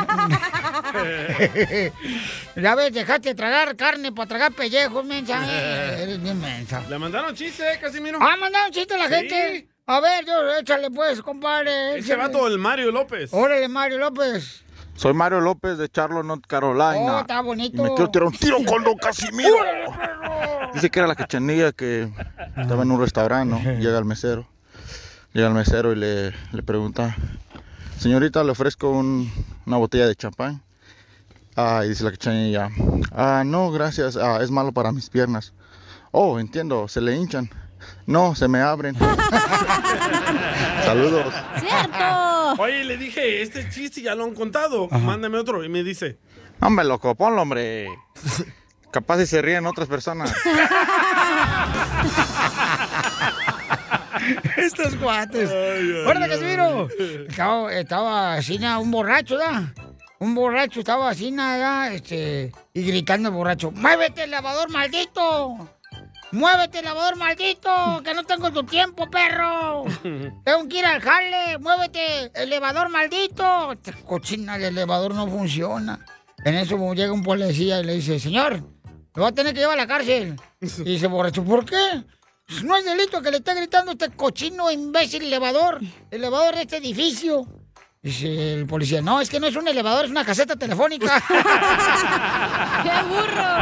Ya ves, dejaste de tragar carne para tragar pellejos, mensa. Eres bien mensa. ¿Le mandaron chiste, Casimiro? ¿Ah, mandaron chiste a la Sí. gente? A ver, yo, échale pues, compadre. Ese vato, el Mario López. Órale, Mario López. Soy Mario López de Charlotte, North Carolina. Oh, está bonito. Y me quiero tirar un tiro con Don Casimiro. Dice que era la Cachanilla que estaba en un restaurante, ¿no? Llega el mesero. Llega el mesero y le, le pregunta: señorita, le ofrezco un- una botella de champán. Ah, y dice la Cachanilla: ah, no, gracias, ah, es malo para mis piernas. Oh, entiendo, se le hinchan. No, se me abren. Saludos. ¡Cierto! Oye, le dije, este chiste ya lo han contado. Mándame otro. Y me dice, Hombre, loco, ponlo, hombre. Capaz si se ríen otras personas. Estos cuates. ¡Órale, Casimiro! Estaba, estaba así, na, un borracho, ¿da? Un borracho estaba así, nada, este, y gritando el borracho: ¡muévete, lavador maldito! ¡Muévete, lavador maldito! ¡Que no tengo tu tiempo, perro! ¡Tengo que ir al jale! ¡Muévete, elevador maldito! Esta cochina de elevador no funciona. En eso llega un policía y le dice: señor, lo va a tener que llevar a la cárcel. Y dice borracho: ¿por qué? No es delito que le esté gritando este cochino imbécil elevador. Elevador de este edificio. Dice el policía: no, es que no es un elevador, es una caseta telefónica. ¡Qué burro!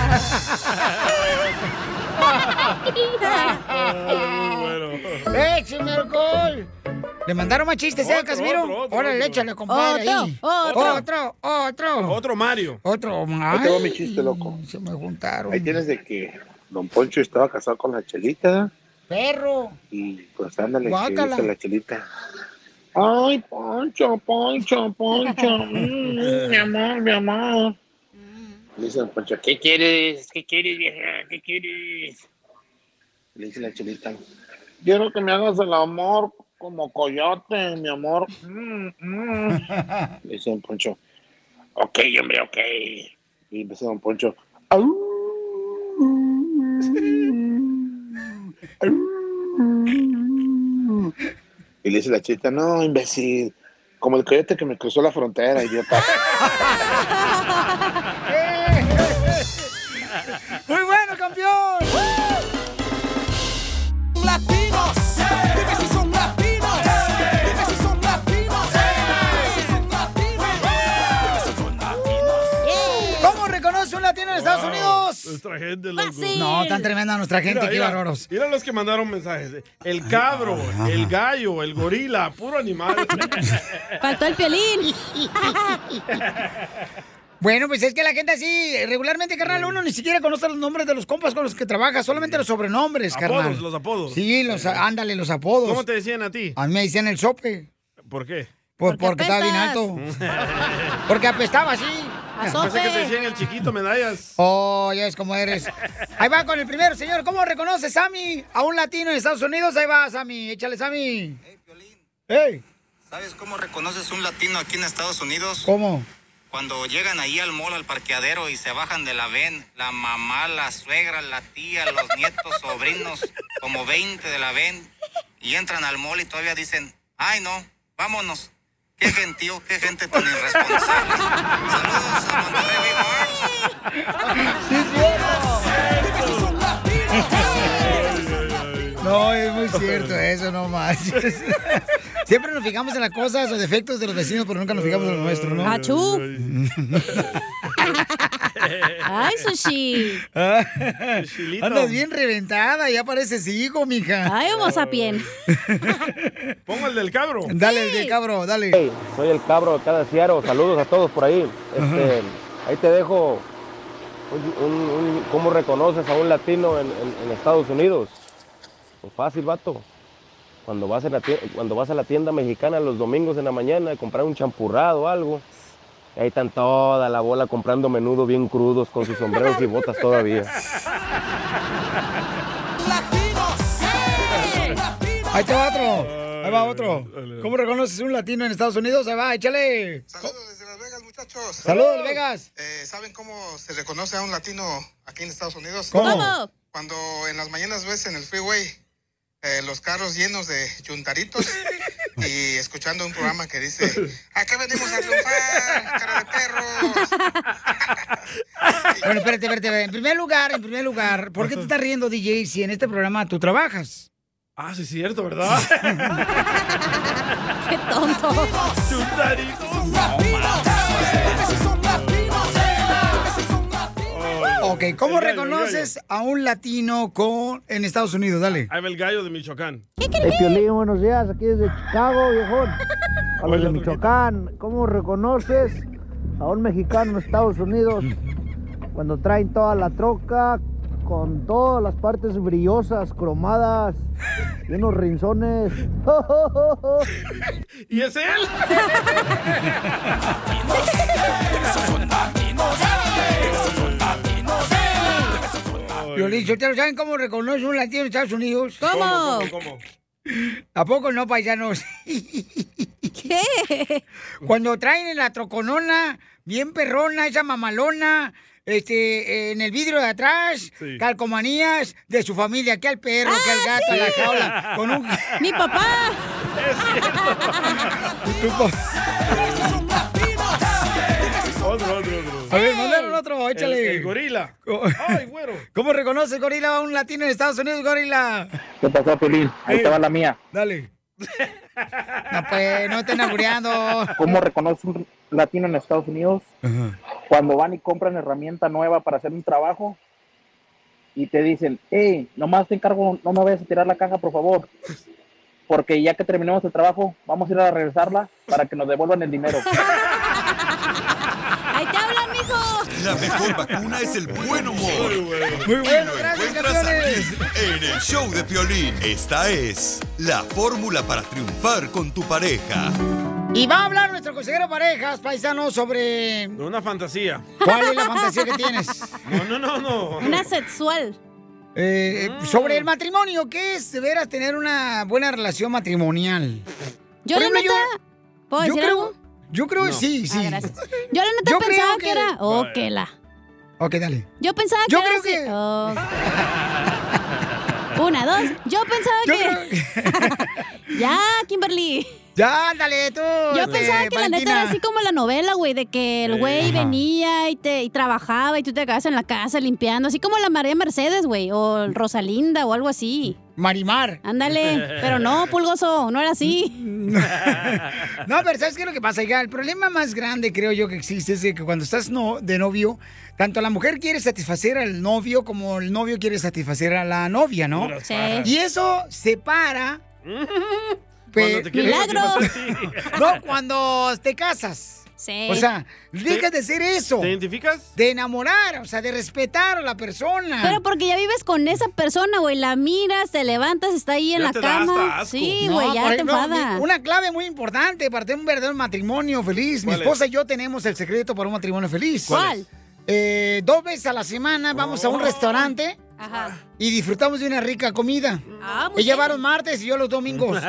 ¡Écheme alcohol! Le mandaron más chistes, ¿eh, Casimiro? otro, otro, Órale, otro. échale, compadre. Otro, ahí. otro. otro, otro. otro Mario. Otro, Ahí te va mi ay, chiste, loco. Se me juntaron. Ahí tienes de que Don Poncho estaba casado con la Chelita Perro. y pues ándale, que Guácala. dice la Chelita: ay, Poncho, Poncho, Poncho, mm, mi amor, mi amor. Le dice Don Poncho: ¿qué quieres? ¿Qué quieres, vieja? ¿Qué quieres? Le dice la Chelita: quiero que me hagas el amor como coyote, mi amor. Mm, mm. Le dice Don Poncho: ok, hombre, ok. Y empieza Don Poncho: "Au". Y le dice la Chelita: no, imbécil, como el coyote que me cruzó la frontera, idiota. gente, loco. No, tan tremenda nuestra gente, Mira, qué mira, bárbaros. mira los que mandaron mensajes. El cabro, el gallo, el gorila, puro animal. Faltó el Piolín. Bueno, pues es que la gente así, regularmente, carnal, uno ni siquiera conoce los nombres de los compas con los que trabaja, solamente los sobrenombres, carnal. Apodos, los apodos. Sí, los, ándale, los apodos. ¿Cómo te decían a ti? A mí me decían el sope. ¿Por qué? Pues porque, porque estaba bien alto. Porque apestaba así. Pensé que te decían el chiquito, medallas. Oh, ya ves cómo eres. Ahí va con el primero, señor. ¿Cómo reconoce, Sammy, a un latino en Estados Unidos? Ahí va, Sammy. Échale, Sammy. Hey, Piolín. Hey. ¿Sabes cómo reconoces un latino aquí en Estados Unidos? ¿Cómo? Cuando llegan ahí al mall, al parqueadero, y se bajan de la van, la mamá, la suegra, la tía, los nietos, sobrinos, como veinte de la van, y entran al mall y todavía dicen, ay no, vámonos. Qué gentío, qué gente tan irresponsable. Saludos a Monterrey Mars. No, es muy cierto eso, no manches. Siempre nos fijamos en las cosas o defectos de los vecinos, pero nunca nos fijamos en lo nuestro, ¿no? ¡Achú! ¡Ay, Sushi! Andas bien reventada, ya pareces hijo, mija. ¡Ay, homo sapien! Pongo el del cabro. Dale, el del cabro, dale. Hey, soy el cabro de cada ciaro. Saludos a todos por ahí. Este, ahí te dejo un, un, un, cómo reconoces a un latino en, en, en Estados Unidos. Pues fácil, vato. Cuando vas, a la tienda, cuando vas a la tienda mexicana los domingos en la mañana a comprar un champurrado o algo, ahí están toda la bola comprando menudo bien crudos con sus sombreros y botas todavía. Ahí te va otro. Ahí va otro. ¿Cómo reconoces un latino en Estados Unidos? Ahí va, échale. Saludos desde Las Vegas, muchachos. Saludos, Vegas. Eh, ¿Saben cómo se reconoce a un latino aquí en Estados Unidos? ¿Cómo? Cuando en las mañanas ves en el freeway eh, los carros llenos de yuntaritos y escuchando un programa que dice, ¿a qué venimos a triunfar, cara de perros? Bueno, espérate, espérate. En primer lugar, en primer lugar, ¿por qué te estás riendo, D J, si en este programa tú trabajas? Ah, sí es cierto, ¿verdad? ¡Qué tonto! Yuntaritos. Ok, ¿cómo gallo, reconoces a un latino con, en Estados Unidos? Dale. Ahí va el gallo de Michoacán. Hey, Piolín, buenos días. Aquí desde Chicago, viejón. A los de Michoacán, ¿cómo reconoces a un mexicano en Estados Unidos cuando traen toda la troca con todas las partes brillosas, cromadas y unos rinzones? ¿Y es él? Piolín, ¿saben cómo reconoce un latino en Estados Unidos? ¿Cómo? ¿Cómo, cómo, cómo? ¿A poco no, paisanos? ¿Qué? Cuando traen en la troconona, bien perrona, esa mamalona, este, en el vidrio de atrás, sí, calcomanías de su familia, que al perro, ah, que al gato, sí, a la jaula, con un... ¡Mi papá! Es cierto. Otro, otro, otro. A ver, mandaron otro, échale. El, el gorila. Ay, güero. ¿Cómo reconoce el gorila a un latino en Estados Unidos, gorila? ¿Qué pasó, Piolín? Ahí hey, te va la mía. Dale. No, pues, no estén aburriendo. ¿Cómo reconoce un latino en Estados Unidos? Uh-huh. Cuando van y compran herramienta nueva para hacer un trabajo y te dicen, hey, nomás te encargo, no me vayas a tirar la caja, por favor. Porque ya que terminemos el trabajo, vamos a ir a regresarla para que nos devuelvan el dinero. ¡Ahí te hablan, mijo! La mejor vacuna es el buen humor. Muy bueno, Muy bueno gracias, campeones. En el show de Piolín, esta es la fórmula para triunfar con tu pareja. Y va a hablar nuestro consejero parejas, paisanos, sobre... Una fantasía. ¿Cuál es la fantasía que tienes? No, no, no, no. Una sexual. Eh, mm. Sobre el matrimonio, ¿qué es de veras tener una buena relación matrimonial? Yo la neta... ¿Puedo yo decir creo, algo? Yo creo que no. sí, sí. Ah, gracias. Yo la neta yo pensaba que... que era... Oh, que la... Ok, dale. Yo pensaba yo que creo era que... así. Oh. Una, dos. Yo pensaba yo que... Creo... Ya, Kimberly. Ya, ándale, tú. Yo este, pensaba que Valentina. la neta era así como la novela, güey, de que el güey sí, venía y te y trabajaba y tú te quedabas en la casa limpiando, así como la María Mercedes, güey, o Rosalinda o algo así. Marimar. Ándale, pero no, Pulgoso, no era así. No, pero ¿sabes qué es lo que pasa? Ya, el problema más grande, creo yo, que existe es de que cuando estás no, de novio, tanto la mujer quiere satisfacer al novio como el novio quiere satisfacer a la novia, ¿no? Sí. Y eso separa... Cuando te quieres ¡Milagro! satisfacer. No, cuando te casas. Sí. O sea, dejas de ser eso. ¿Te identificas? De enamorar, o sea, de respetar a la persona. Pero porque ya vives con esa persona, güey, la miras, te levantas, está ahí en Ya la te da hasta cama. asco. Sí, No, güey, ya por te ejemplo, enfada. mi- Una clave muy importante para tener un verdadero matrimonio feliz. Mi ¿Cuál esposa y yo tenemos el secreto para un matrimonio feliz. ¿Cuál? Eh, dos veces a la semana vamos a un restaurante Ajá. y disfrutamos de una rica comida. Ah, muy Ella va bien. los martes y yo los domingos.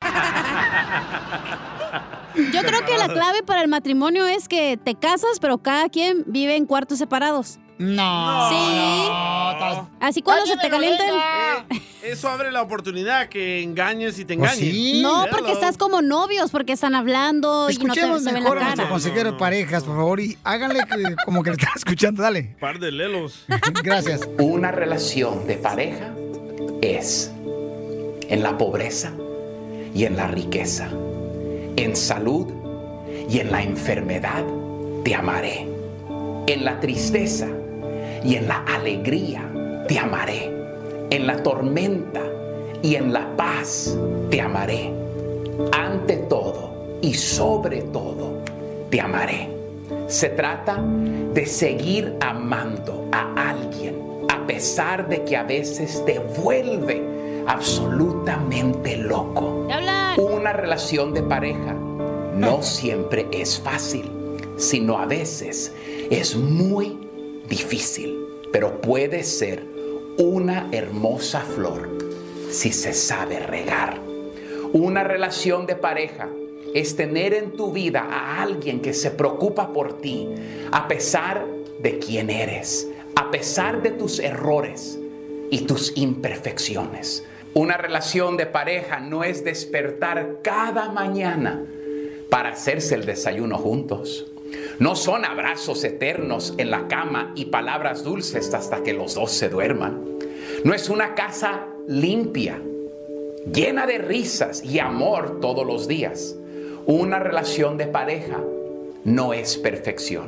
Yo creo que la clave para el matrimonio es que te casas, pero cada quien vive en cuartos separados. No. Sí. no, Así cuando se te calienten. Eh, eso abre la oportunidad que engañes y te engañes. No, porque estás como novios, porque están hablando y no Escuchemos te se ven mejor la a nuestro cara. consejero de parejas, por favor, y háganle que- como que le están escuchando. Dale. Par de lelos. Gracias. Una relación de pareja es en la pobreza y en la riqueza, en salud y en la enfermedad te amaré, en la tristeza y en la alegría te amaré, en la tormenta y en la paz te amaré, ante todo y sobre todo te amaré. Se trata de seguir amando a alguien a pesar de que a veces te vuelve absolutamente loco. Una relación de pareja no siempre es fácil, sino a veces es muy difícil, pero puede ser una hermosa flor si se sabe regar. Una relación de pareja es tener en tu vida a alguien que se preocupa por ti, a pesar de quién eres, a pesar de tus errores y tus imperfecciones. Una relación de pareja no es despertar cada mañana para hacerse el desayuno juntos. No son abrazos eternos en la cama y palabras dulces hasta que los dos se duerman. No es una casa limpia, llena de risas y amor todos los días. Una relación de pareja no es perfección.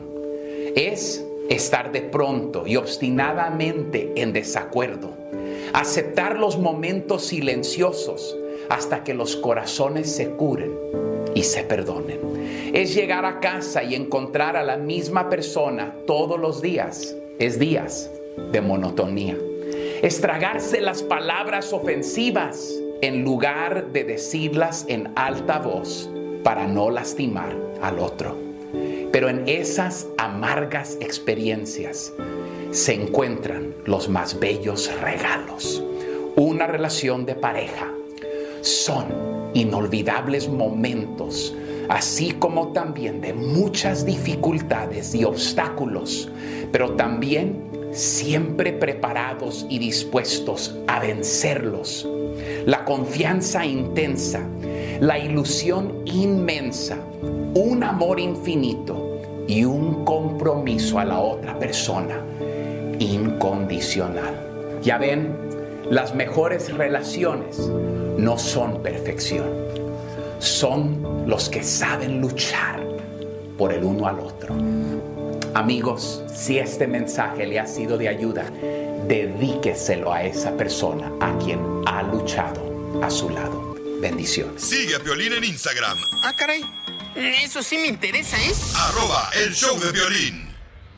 Es estar de pronto y obstinadamente en desacuerdo. Aceptar los momentos silenciosos hasta que los corazones se curen y se perdonen. Es llegar a casa y encontrar a la misma persona todos los días. Es días de monotonía. Es tragarse las palabras ofensivas en lugar de decirlas en alta voz para no lastimar al otro. Pero en esas amargas experiencias se encuentran los más bellos regalos. Una relación de pareja son inolvidables momentos, así como también de muchas dificultades y obstáculos, pero también siempre preparados y dispuestos a vencerlos. La confianza intensa, la ilusión inmensa, un amor infinito y un compromiso a la otra persona incondicional. Ya ven, las mejores relaciones no son perfección, son los que saben luchar por el uno al otro. Amigos, si este mensaje le ha sido de ayuda, dedíqueselo a esa persona a quien ha luchado a su lado. Bendiciones. Sigue a Piolín en Instagram, Ah, caray. Eso sí me interesa, ¿eh? arroba el show de Piolín.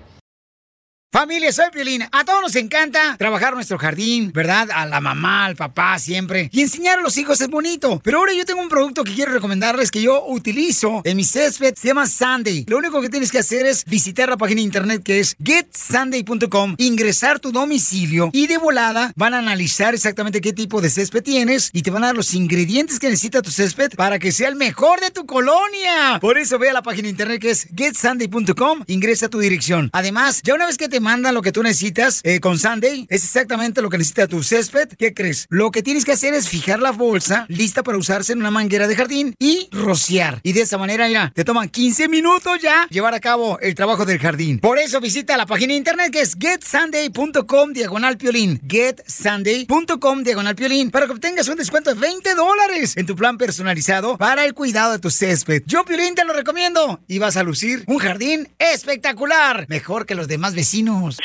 Familia, soy Piolín. A todos nos encanta trabajar nuestro jardín, ¿verdad? A la mamá, al papá, siempre. Y enseñar a los hijos es bonito. Pero ahora yo tengo un producto que quiero recomendarles que yo utilizo en mi césped. Se llama Sunday. Lo único que tienes que hacer es visitar la página de internet que es get sunday punto com, ingresar tu domicilio y de volada van a analizar exactamente qué tipo de césped tienes y te van a dar los ingredientes que necesita tu césped para que sea el mejor de tu colonia. Por eso ve a la página de internet que es get sunday punto com, ingresa tu dirección. Además, ya una vez que te manda lo que tú necesitas eh, con Sunday. Es exactamente lo que necesita tu césped. ¿Qué crees? Lo que tienes que hacer es fijar la bolsa lista para usarse en una manguera de jardín y rociar. Y de esa manera, mira, te toman quince minutos ya llevar a cabo el trabajo del jardín. Por eso visita la página de internet que es get sunday punto com diagonal piolín. get sunday punto com diagonal piolín para que obtengas un descuento de veinte dólares en tu plan personalizado para el cuidado de tu césped. Yo, Piolín, te lo recomiendo y vas a lucir un jardín espectacular, mejor que los demás vecinos.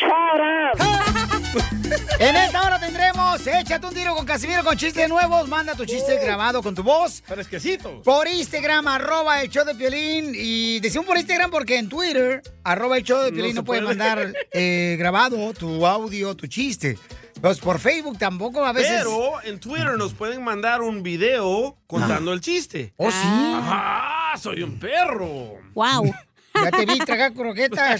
En esta hora tendremos Échate un tiro con Casimiro con chistes nuevos. Manda tu chiste grabado con tu voz Fresquecito. por Instagram, arroba el show de Piolín. Y decimos por Instagram porque en Twitter, arroba el show de Piolín, no, no puedes mandar eh, grabado tu audio, tu chiste. Pues por Facebook tampoco a veces. Pero en Twitter nos pueden mandar un video contando ah. el chiste. Oh, sí. Ajá, soy un perro. Wow. Ya te vi tragar croquetas.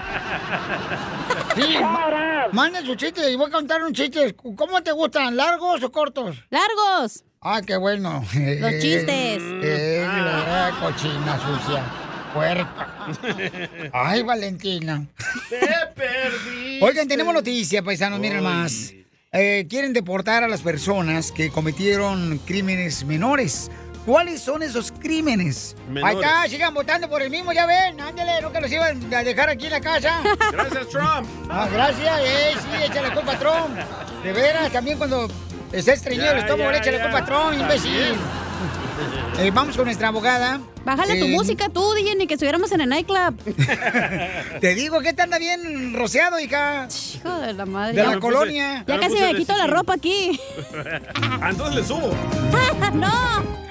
Sí, ma manda su chiste y voy a contar un chiste. ¿Cómo te gustan? ¿Largos o cortos? ¡Largos! Ah, qué bueno. Los chistes. Eh, ah. Cochina sucia. Puerca. Ay, Valentina. Te perdí. Oigan, tenemos noticias, paisanos, miren más. Eh, quieren deportar a las personas que cometieron crímenes menores. ¿Cuáles son esos crímenes? Menores. Ahí está, sigan votando por el mismo, ya ven. Ándale, no que los iban a dejar aquí en la casa. Gracias, Trump. Ah, gracias, eh, sí, échale la culpa a Trump. De veras, también cuando esté estreñido el estómago, le echa la culpa a Trump, imbécil. Eh, vamos con nuestra abogada. Bájale eh, tu música tú, D J, ni que estuviéramos en el nightclub. Te digo que te anda bien rociado, hija. Hijo de la madre. De la colonia. Ya casi me quito la ropa aquí. Ah, entonces le subo. ¡No!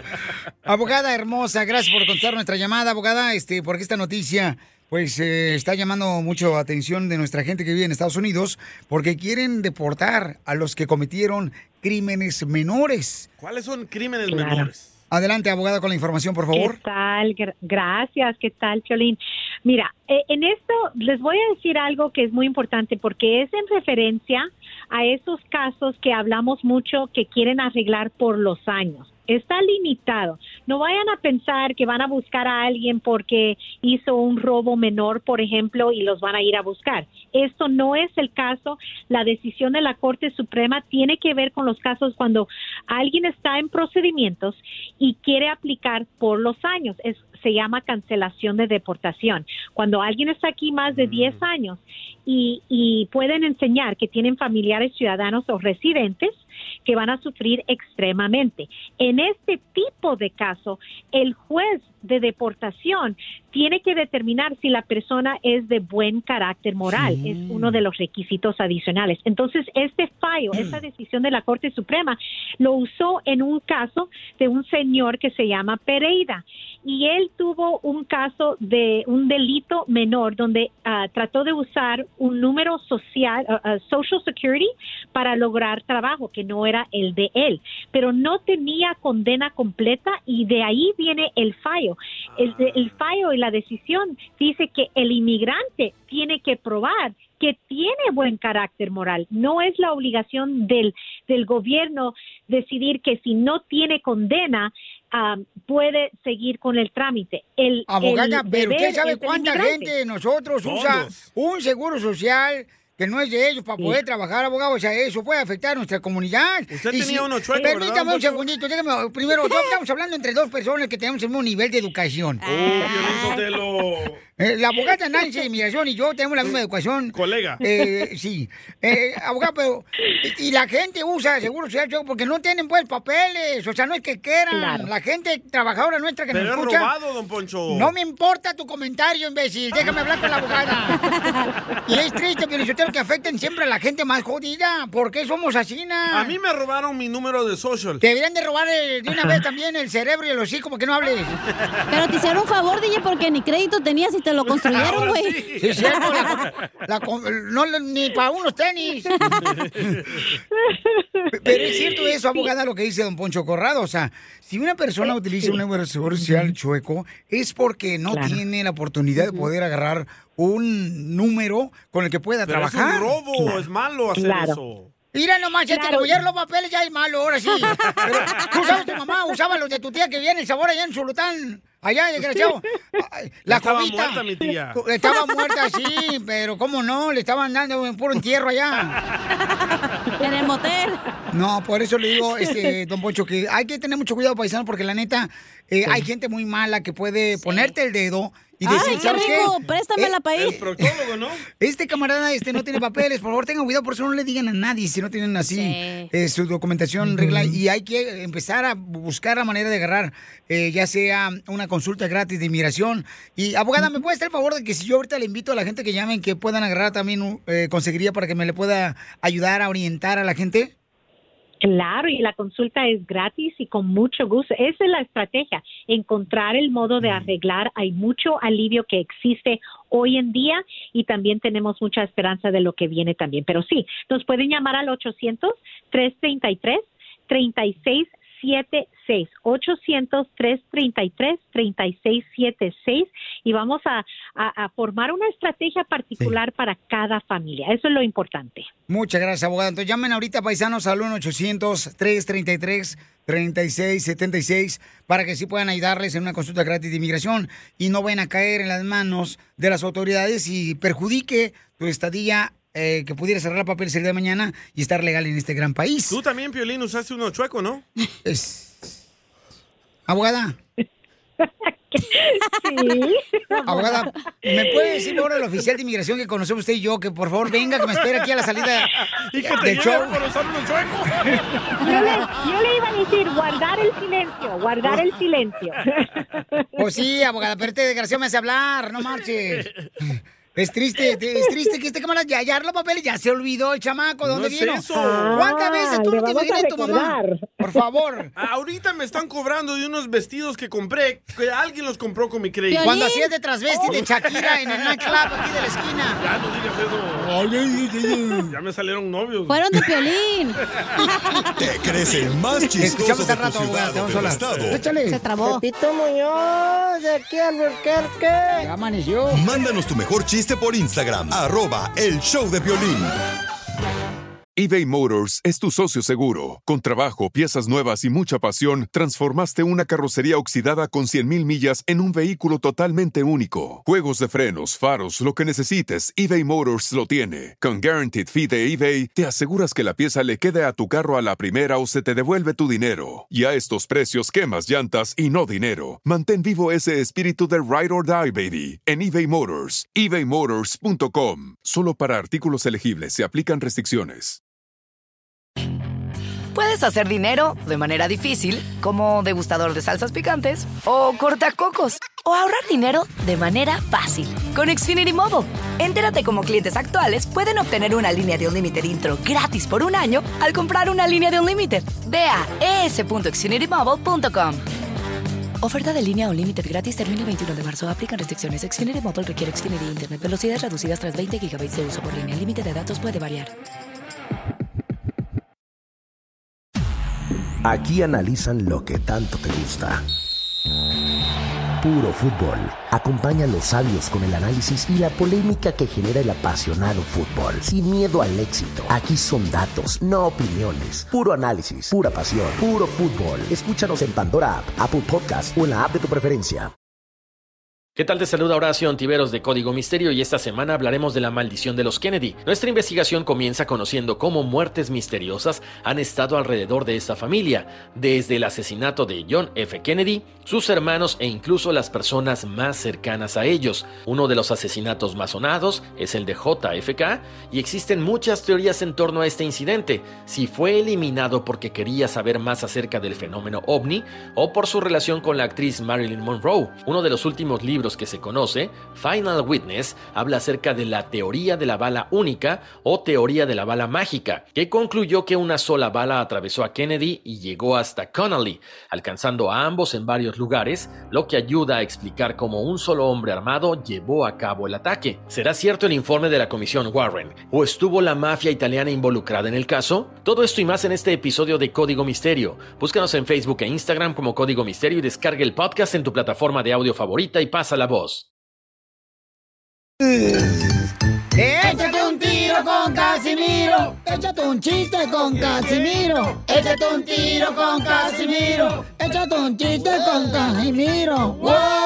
Abogada hermosa, gracias por contestar nuestra llamada, abogada, este, porque esta noticia pues eh, está llamando mucho atención de nuestra gente que vive en Estados Unidos, porque quieren deportar a los que cometieron crímenes menores. ¿Cuáles son crímenes Claro. menores? Adelante, abogada, con la información, por favor. ¿Qué tal? Gra- Gracias. ¿Qué tal, Piolín? Mira, eh, en esto les voy a decir algo que es muy importante porque es en referencia a esos casos que hablamos mucho que quieren arreglar por los años. Está limitado. No vayan a pensar que van a buscar a alguien porque hizo un robo menor, por ejemplo, y los van a ir a buscar. Esto no es el caso. La decisión de la Corte Suprema tiene que ver con los casos cuando alguien está en procedimientos y quiere aplicar por los años. Es, se llama cancelación de deportación. Cuando alguien está aquí más de diez años y, y pueden enseñar que tienen familiares ciudadanos o residentes que van a sufrir extremadamente. En este tipo de caso, el juez de deportación tiene que determinar si la persona es de buen carácter moral. Sí. Es uno de los requisitos adicionales. Entonces, este fallo, esta decisión de la Corte Suprema, lo usó en un caso de un señor que se llama Pereira. Y él tuvo un caso de un delito menor donde uh, trató de usar un número social, uh, uh, Social Security, para lograr trabajo, que no era el de él. Pero no tenía condena completa y de ahí viene el fallo. El, el fallo y la decisión dice que el inmigrante tiene que probar que tiene buen carácter moral. No es la obligación del, del gobierno decidir que si no tiene condena, um, puede seguir con el trámite. El, Abogada, el pero usted sabe es cuánta gente de nosotros Todos. usa un seguro social que no es de ellos para poder sí. trabajar, abogado. O sea, eso puede afectar a nuestra comunidad. Usted y tenía si, uno chueco, Permítame ¿verdad, un segundito, déjame, primero, estamos hablando entre dos personas que tenemos el mismo nivel de educación. Oh, Piolín eh, la abogada Nancy de Inmigración y yo tenemos la misma educación. Colega. Eh, sí. Eh, abogado, pero... Y, y la gente usa seguro social porque no tienen, pues, papeles. O sea, no es que quieran. Claro. La gente trabajadora nuestra que pero nos es escucha... robado, don Poncho. No me importa tu comentario, imbécil. Déjame hablar con la abogada. Y es triste, Piolín, que afecten siempre a la gente más jodida. ¿Por qué somos así, na? A mí me robaron mi número de social. Te deberían de robar el, de una vez también el cerebro y el hocico, porque no hables. Pero te hicieron un favor, D J, porque ni crédito tenías y te lo construyeron, güey. Sí, sí, es cierto. La, la, no, ni para unos tenis. Pero es cierto eso, abogada, lo que dice don Poncho Corrado. O sea, si una persona sí, utiliza sí. un número de seguro social chueco, es porque no claro. tiene la oportunidad de poder agarrar un número con el que pueda pero trabajar. Es un robo, claro. es malo hacer claro. eso. Mira nomás, ya claro. te cogieron los papeles, ya es malo, ahora sí. Pero tú sabes, tu mamá usaba los de tu tía que viene el sabor allá en Zulután. Allá, desgraciado. La estaba jovita. muerta mi tía. Estaba muerta, sí, pero cómo no, le estaban dando en puro entierro allá. En el motel. No, por eso le digo, este, don Poncho, que hay que tener mucho cuidado, paisano, porque la neta, eh, hay gente muy mala que puede ponerte el dedo y decir, Ay, qué ¿sabes qué? rico, préstamela pa' ahí. El proctólogo, ¿no? Este camarada este no tiene papeles, por favor tengan cuidado, por eso no le digan a nadie si no tienen así Sí. eh, su documentación regla, y hay que empezar a buscar la manera de agarrar eh, ya sea una consulta gratis de inmigración. Y abogada, ¿me puede hacer el favor de que si yo ahorita le invito a la gente que llamen que puedan agarrar también un, eh, conseguiría para que me le pueda ayudar a orientar a la gente? Claro, y la consulta es gratis y con mucho gusto. Esa es la estrategia, encontrar el modo de arreglar. Hay mucho alivio que existe hoy en día y también tenemos mucha esperanza de lo que viene también. Pero sí, nos pueden llamar al ochocientos, trescientos treinta y tres, treinta y seis setenta y seis, ochocientos, trescientos treinta y tres, treinta y seis setenta y seis, y vamos a, a, a formar una estrategia particular sí. para cada familia. Eso es lo importante. Muchas gracias, abogada. Entonces llamen ahorita, paisanos, al uno ochocientos, trescientos treinta y tres, treinta y seis setenta y seis para que sí puedan ayudarles en una consulta gratis de inmigración y no vayan a caer en las manos de las autoridades y perjudique tu estadía, eh, que pudiera cerrar papeles el día de mañana y estar legal en este gran país. Tú también, Piolín, usaste uno chueco, ¿no? Es... Abogada. Sí. Abogada, ¿me puede decir ahora el oficial de inmigración que conocemos usted y yo que por favor venga, que me espere aquí a la salida y que te del show? Por usar uno chueco. Yo le, yo le iba a decir guardar el silencio, guardar el silencio. Pues sí, abogada, pero este desgraciado me hace hablar, no marches. Es triste, es triste que este camarada ya, ya los papeles, ya se olvidó el chamaco, ¿de dónde no es vino? eso. ¿Cuántas veces tú le no te vamos a imaginas tu mamá? recordar. Por favor. Ahorita me están cobrando de unos vestidos que compré, que alguien los compró con mi crédito. Cuando hacías de transvesti de Shakira en el nightclub aquí de la esquina. Ya no digas eso. Ya me salieron novios. Fueron de Piolín. ¿Te crees el más chistoso de tu ciudad o del estado? Échale. Se trabó. Pepito Muñoz, de aquí al Albuquerque. Ya amaneció. Mándanos tu mejor chiste por Instagram, arroba el show de Piolín. eBay Motors es tu socio seguro. Con trabajo, piezas nuevas y mucha pasión, transformaste una carrocería oxidada con cien mil millas en un vehículo totalmente único. Juegos de frenos, faros, lo que necesites, eBay Motors lo tiene. Con Guaranteed Fee de eBay, te aseguras que la pieza le quede a tu carro a la primera o se te devuelve tu dinero. Y a estos precios, quemas llantas y no dinero. Mantén vivo ese espíritu de Ride or Die, baby, en eBay Motors. ebay motors punto com. Solo para artículos elegibles se aplican restricciones. Puedes hacer dinero de manera difícil, como degustador de salsas picantes, o cortacocos, o ahorrar dinero de manera fácil con Xfinity Mobile. Entérate cómo clientes actuales pueden obtener una línea de Unlimited intro gratis por un año al comprar una línea de Unlimited. Ve a e s punto xfinity mobile punto com. Oferta de línea Unlimited gratis termina el veintiuno de marzo. Aplican restricciones. Xfinity Mobile requiere Xfinity Internet. Velocidades reducidas tras veinte gigabytes de uso por línea. El límite de datos puede variar. Aquí analizan lo que tanto te gusta. Puro fútbol. Acompaña a los sabios con el análisis y la polémica que genera el apasionado fútbol. Sin miedo al éxito. Aquí son datos, no opiniones. Puro análisis, pura pasión, puro fútbol. Escúchanos en Pandora App, Apple Podcast o en la app de tu preferencia. ¿Qué tal? Te saluda Horacio Ontiveros de Código Misterio y esta semana hablaremos de la maldición de los Kennedy. Nuestra investigación comienza conociendo cómo muertes misteriosas han estado alrededor de esta familia, desde el asesinato de John F. Kennedy, sus hermanos e incluso las personas más cercanas a ellos. Uno de los asesinatos más sonados es el de J F K y existen muchas teorías en torno a este incidente, si fue eliminado porque quería saber más acerca del fenómeno ovni o por su relación con la actriz Marilyn Monroe. Uno de los últimos libros que se conoce, Final Witness, habla acerca de la teoría de la bala única o teoría de la bala mágica, que concluyó que una sola bala atravesó a Kennedy y llegó hasta Connolly, alcanzando a ambos en varios lugares, lo que ayuda a explicar cómo un solo hombre armado llevó a cabo el ataque. ¿Será cierto el informe de la Comisión Warren? ¿O estuvo la mafia italiana involucrada en el caso? Todo esto y más en este episodio de Código Misterio. Búscanos en Facebook e Instagram como Código Misterio y descarga el podcast en tu plataforma de audio favorita y pasa la voz. Échate un tiro con Casimiro. Échate un chiste con Casimiro. Échate un tiro con Casimiro. Échate un chiste con Casimiro. ¡Wow!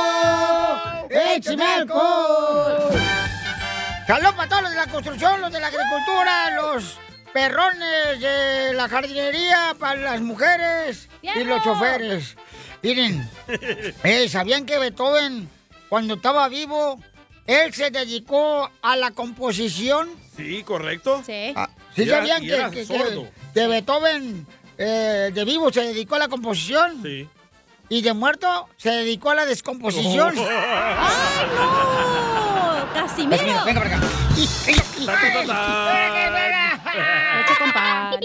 ¡Échame alcohol! Saludos para todos los de la construcción, los de la agricultura, los perrones de la jardinería, para las mujeres y los choferes. Miren, eh, ¿sabían que Beethoven, cuando estaba vivo, él se dedicó a la composición? Sí, correcto. Sí. Ah, ¿sí Y era- sabían y que, era que- sordo. que- que Beethoven eh, de vivo se dedicó a la composición? Sí. Y de muerto se dedicó a la descomposición. Oh. ¡Ay, no! ¡Casimiro! Casimiro, venga para acá. Echa, compadre.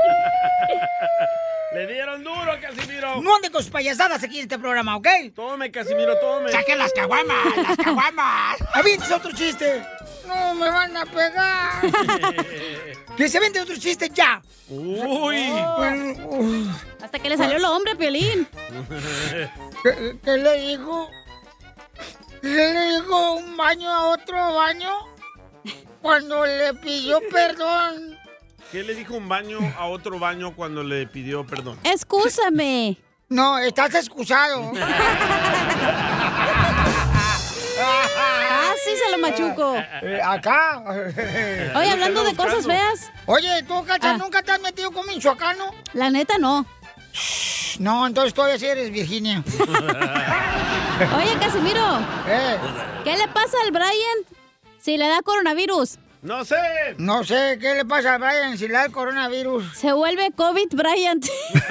Le dieron duro, Casimiro. No ande con sus payasadas aquí en este programa, ¿ok? Tome, Casimiro, tome. ¡Saquen las caguamas! ¡Las caguamas! ¡Avientes otro chiste! ¡No me van a pegar! ¡Que se aviente otro chiste ya! ¡Uy! Bueno, uy. Hasta que le salió el hombre, Piolín. ¿Qué, qué le dijo? ¿Qué le dijo un baño a otro baño? Cuando le pidió perdón. ¿Qué le dijo un baño a otro baño cuando le pidió perdón? Excúsame. No, estás excusado. Ah, sí, se lo machuco. Eh, acá. Oye, hablando de cosas feas. Oye, ¿tú, Cacha, Ah. nunca te has metido con michoacano? La neta, no. No, entonces todavía sí eres Virginia. Oye, Casimiro. Eh, ¿Qué le pasa al Brian si le da coronavirus? No sé. no sé, ¿qué le pasa a Brian si le da el coronavirus? Se vuelve COVID Bryant.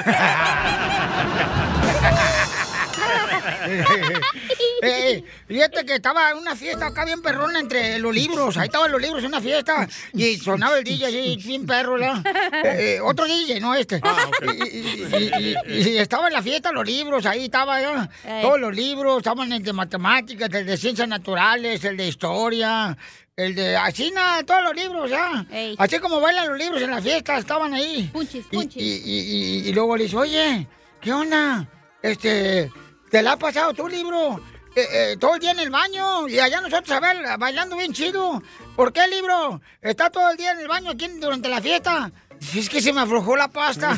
Eh, fíjate que estaba en una fiesta acá bien perrona entre los libros. Ahí estaban los libros en una fiesta y sonaba el D J así, bien perro, ¿no? Eh, eh, otro D J, no este. y, y- y- y estaba en la fiesta los libros, ahí estaba ya. Ey. Todos los libros, estaban el de matemáticas, el de ciencias naturales, el de historia, el de así nada, todos los libros, ya. Ey. Así como bailan los libros en la fiesta, estaban ahí. Punchis, Y- punchis. Y, y- y- y luego le dice, oye, ¿qué onda? Este, ¿te la has pasado tu libro? Eh, eh, todo el día en el baño y allá nosotros a ver, bailando bien chido. ¿Por qué el libro está todo el día en el baño aquí durante la fiesta? Dice, es que se me aflojó la pasta.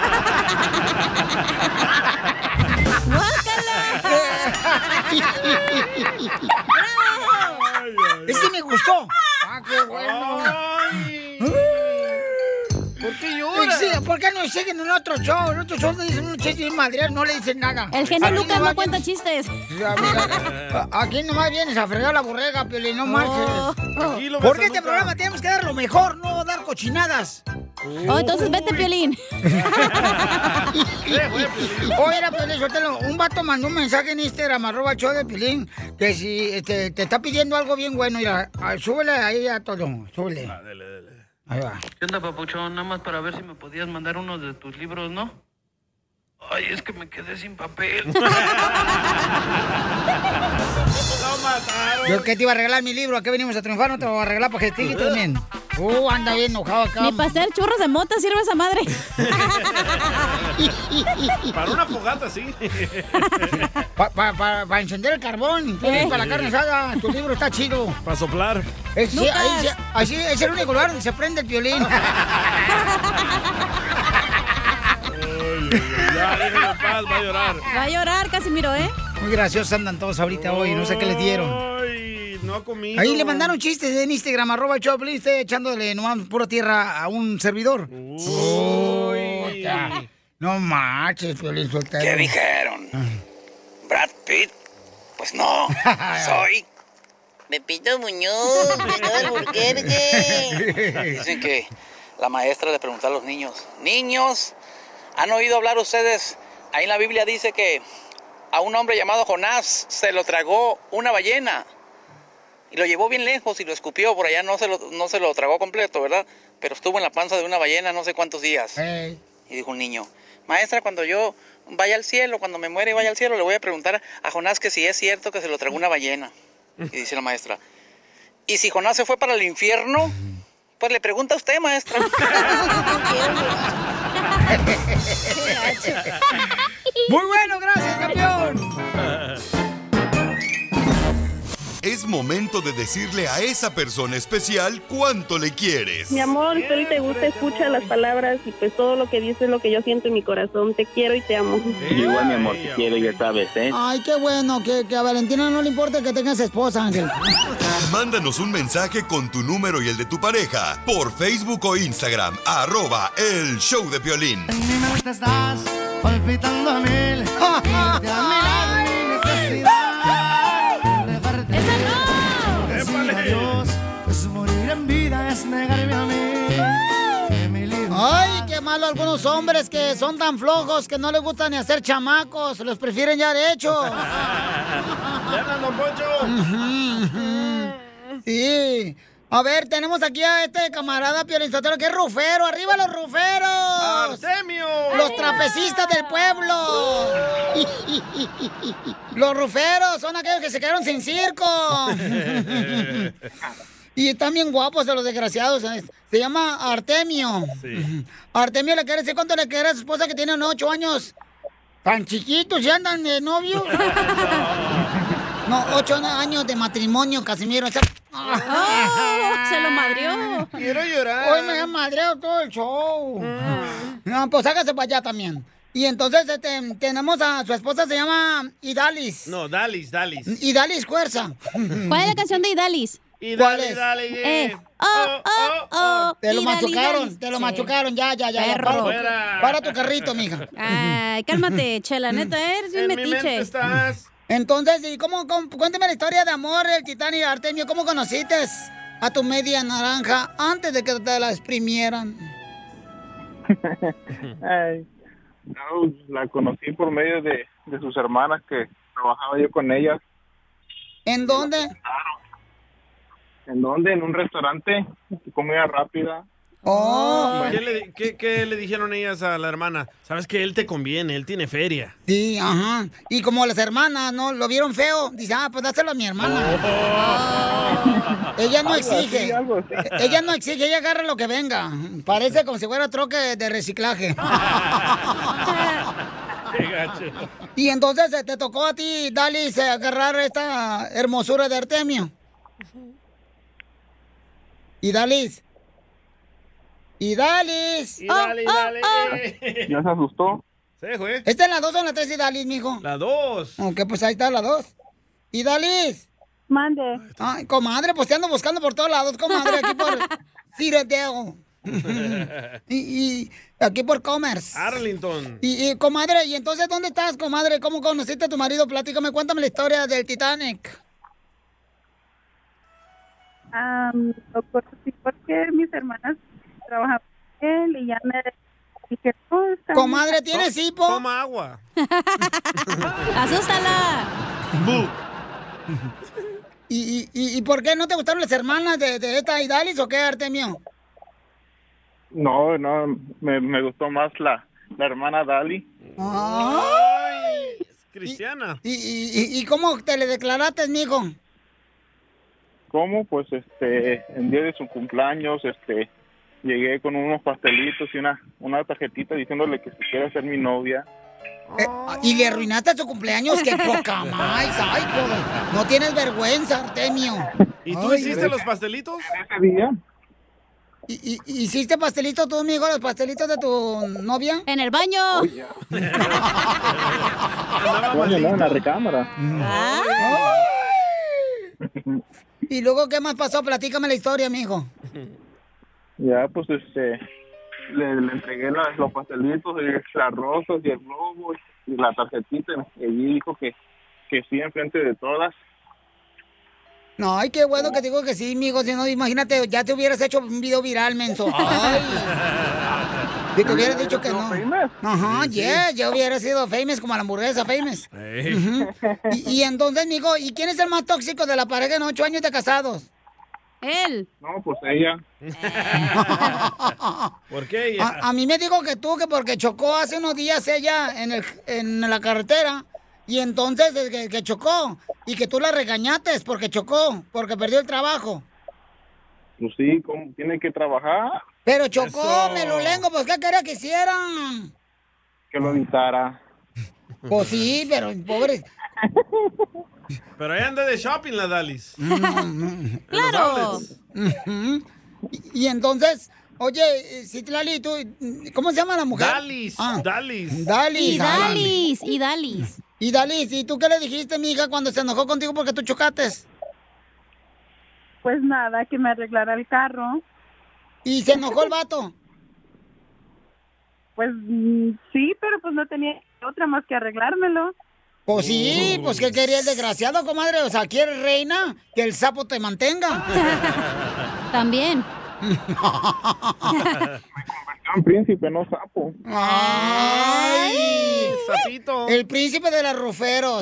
Ese me gustó. Ah, qué bueno. ¿Por qué llora? Sí, ¿por qué no siguen en otro show? En otro show le dicen un chiste y madre, no le dicen nada. El genio Aquí Lucas nomás no cuenta vienes- chistes. Sí, amiga, a- Aquí nomás vienes a fregar la borrega, Piolín, no marches. Tranquilo, Porque este Besanuca. programa tenemos que dar lo mejor, no dar cochinadas. Oh, entonces vete, Piolín. Oye, era Piolín, Sotelo, un vato mandó un mensaje en Instagram, arroba el show de Piolín, que si este, te está pidiendo algo bien bueno, mira, ah, súbele ahí a todo, súbele. Ah, dele, dele. Ahí va. ¿Qué onda, papuchón? Nada más para ver si me podías mandar uno de tus libros, ¿no? Ay, es que me quedé sin papel. Lo mataron. Yo que te iba a regalar mi libro, aquí venimos a triunfar, no te lo voy a regalar para que te también. Uh, anda bien enojado acá. Ni para hacer churros de mota sirve esa madre. Para una fogata, sí. Para pa, pa, pa encender el carbón, Eh. para la carne asada, tu libro está chido. Para soplar. Es, sí, Lucas. ahí, sí, así es el único lugar donde se prende el violín. Ya, déjenlo en paz, va a llorar. Va a llorar, Casimiro, ¿eh? Muy graciosos andan todos ahorita hoy, no sé qué les dieron. Ay, no ha comido. Ahí le mandaron chistes en Instagram, arroba el Choplin, usted echándole nomás pura tierra a un servidor. Uy. Puta. No marches, Piolín Sotelo. ¿Qué dijeron? ¿Brad Pitt? Pues no, soy Pepito Muñoz, de Alburquerque. Dicen que la maestra le preguntó a los niños, niños, ¿han oído hablar ustedes? Ahí en la Biblia dice que a un hombre llamado Jonás se lo tragó una ballena y lo llevó bien lejos y lo escupió, por allá no se lo, no se lo tragó completo, ¿verdad? Pero estuvo en la panza de una ballena no sé cuántos días. Hey. Y dijo un niño, maestra, cuando yo vaya al cielo, cuando me muera y vaya al cielo, le voy a preguntar a Jonás que si es cierto que se lo tragó una ballena. Y dice la maestra, ¿y si Jonás se fue para el infierno? Pues le pregunta a usted, maestra. Muy bueno, gracias, campeón. Es momento de decirle a esa persona especial cuánto le quieres. Mi amor, si hoy te gusta, escucha las palabras y pues todo lo que dices es lo que yo siento en mi corazón. Te quiero y te amo. Igual, mi amor, te quiero, ya sabes, ¿eh? Ay, qué bueno, que, que a Valentina no le importa que tengas esposa, Ángel. Mándanos un mensaje con tu número y el de tu pareja por Facebook o Instagram, arroba el show de Piolín. En mi mente estás palpitando a mil. A mi lado mi necesidad. ¡Esa no! Decirle adiós, pues morir en vida es negarme a mí. Que mi libertad. Ay, qué malo algunos hombres que son tan flojos que no les gusta ni hacer chamacos, los prefieren ya hechos. ¡Ya andan, don Poncho! Sí. A ver, tenemos aquí a este camarada Piolín-Sotelo, que es rufero. ¡Arriba los ruferos! ¡Artemio! ¡Los trapecistas del pueblo! Los ruferos son aquellos que se quedaron sin circo. Y están bien guapos de los desgraciados. Se llama Artemio. Sí. Artemio le quiere decir cuánto le quiere a su esposa que tiene ocho años. Tan chiquitos, ¿ya andan de novios? No, ocho años de matrimonio, Casimiro. O sea, Oh, se lo madrió. Quiero llorar. hoy me han madreado todo el show. No, pues hágase para allá también. Y entonces este, tenemos a su esposa, se llama Idalis. No, Dalis, Dalis. Idalis Fuerza. ¿Cuál es la canción de Idalis? Y ¿Cuál dale, es? dale, Eh, eh. oh, oh, oh. Te lo Idalis, machucaron, Idalis. te lo Sí. machucaron. Ya, ya, ya. ya. Perro. Para, tu- Fuera. para tu carrito, mija. Ay, cálmate, Chela, neta, eres bien En mi mente metiche. estás. Entonces, ¿y cómo, cómo- cuéntame la historia de amor del Titanic, Artemio? ¿Cómo conociste a tu media naranja antes de que te la exprimieran? Ay, no, la conocí por medio de, de sus hermanas que trabajaba yo con ellas. ¿En dónde? ¿En dónde? En un restaurante, comida rápida. Oh, ¿Qué le, qué- qué le dijeron ellas a la hermana? Sabes que él te conviene, él tiene feria. sí, ajá. Y como las hermanas, ¿no? Lo vieron feo. Dice, ah, pues dáselo a mi hermana. Ella no Algo así, exige. algo así. Ella no exige, ella agarra lo que venga. Parece como si fuera troque de reciclaje. Qué gacho. Y entonces eh, te tocó a ti, Dalis, eh, agarrar esta hermosura de Artemio. Y Dalis. Y Dalis. Y dale, y dale. ¿Ya se asustó? Se fue. ¿Esta es la dos o la tres y Dalis, mijo? La dos. Ok, pues ahí está la dos. ¿Y Dalis? Mande. Ay, comadre, pues te ando buscando por todos lados, comadre, aquí por Citadel. y, y aquí por Commerce. Arlington. Y, y, comadre, ¿y entonces dónde estás, comadre? ¿Cómo conociste a tu marido? Platícame, cuéntame la historia del Titanic. Um, lo conocí porque mis hermanas trabajaban con él y ya me dije, oh, está Comadre, ¿tienes hipo? Toma agua. ¡Asústala! ¿Y, y, y, y por qué no te gustaron las hermanas de, de esta Idalis o qué, Artemio? No, no, me, me gustó más la, la hermana Dali. Ay, es cristiana. ¿Y, y, y, y cómo te le declaraste, mijo? ¿Cómo? Pues este, en día de su cumpleaños, este, llegué con unos pastelitos y una, una tarjetita diciéndole que si quiere ser mi novia. Eh, ¿Y le arruinaste su cumpleaños? ¡Qué poca más! ¡Ay, joder! No tienes vergüenza, Artemio. ¿Y tú Ay, hiciste los pastelitos? Ese día. ¿Y, y, ¿Hiciste pastelitos tú, amigo, los pastelitos de tu novia? ¡En el baño! Andaba Coño, no, en la malito. recámara. Ay. ¿Y luego qué más pasó? Platícame la historia, amigo. Ya, pues este, le, le entregué las- los pastelitos, y las rosas y el globo y la tarjetita. Y allí dijo que, que sí, enfrente de todas. No, ay, qué bueno que digo que sí, amigo. Si no, imagínate, ya te hubieras hecho un video viral, menso. Ay. Si te hubieras dicho que no. Ajá, Sí, sí. yeah, ya hubiera sido famous como la hamburguesa famous. Ey. Ujú. y, y entonces, amigo, ¿y quién es el más tóxico de la pareja en ocho años de casados? Él. No, pues ella. ¿Por qué ella? A, a mí me dijo que tú, que porque chocó hace unos días ella en, el, en la carretera, y entonces eh, que, que chocó, y que tú la regañaste porque chocó, porque perdió el trabajo. Pues sí, ¿cómo? Tiene que trabajar, Pero chocó, Eso. me lo lengo, pues ¿qué quería que hicieran? que lo evitara. Pues sí, pero pobre. Pero ahí anda de shopping la Dalis. Claro. Ujú. Y, y entonces, oye, Citlali, ¿tú, ¿cómo se llama la mujer? Dalis, Ah. Dalis. Dalis. Y Dalis, y Dalis. Y Dalis, ¿y tú qué le dijiste, mija, cuando se enojó contigo porque tú chocates? Pues nada, que me arreglara el carro. ¿Y se enojó el vato? Pues mm, sí, pero pues no tenía otra más que arreglármelo. Pues sí, pues ¿qué quería el desgraciado, comadre? O sea, ¿quieres reina? Que el sapo te mantenga. También. Un príncipe, no sapo. ¡Ay! Sapito. El príncipe de los ruferos.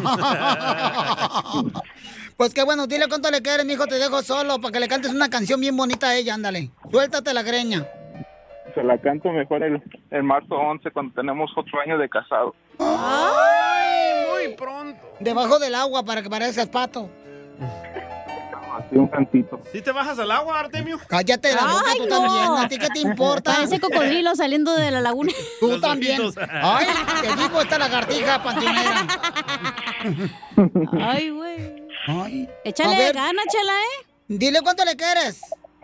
Pues qué bueno, dile cuánto le quieres, mijo, te dejo solo para que le cantes una canción bien bonita a ella, ándale. Suéltate la greña. Se la canto mejor el, el marzo once, cuando tenemos otro año de casado. ¡Ay, muy pronto! Debajo del agua para que parezcas pato. Así un cantito. ¿Sí te bajas al agua, Artemio? Cállate la boca, Ay, tú no. también. ¿A ti qué te importa? Parece cocodrilo saliendo de la laguna. Tú Los también. ojitos. Ay, te digo esta lagartija panteonera. Ay, güey. Ay. Échale A ver. gana, chela, ¿eh? Dile cuánto le quieres.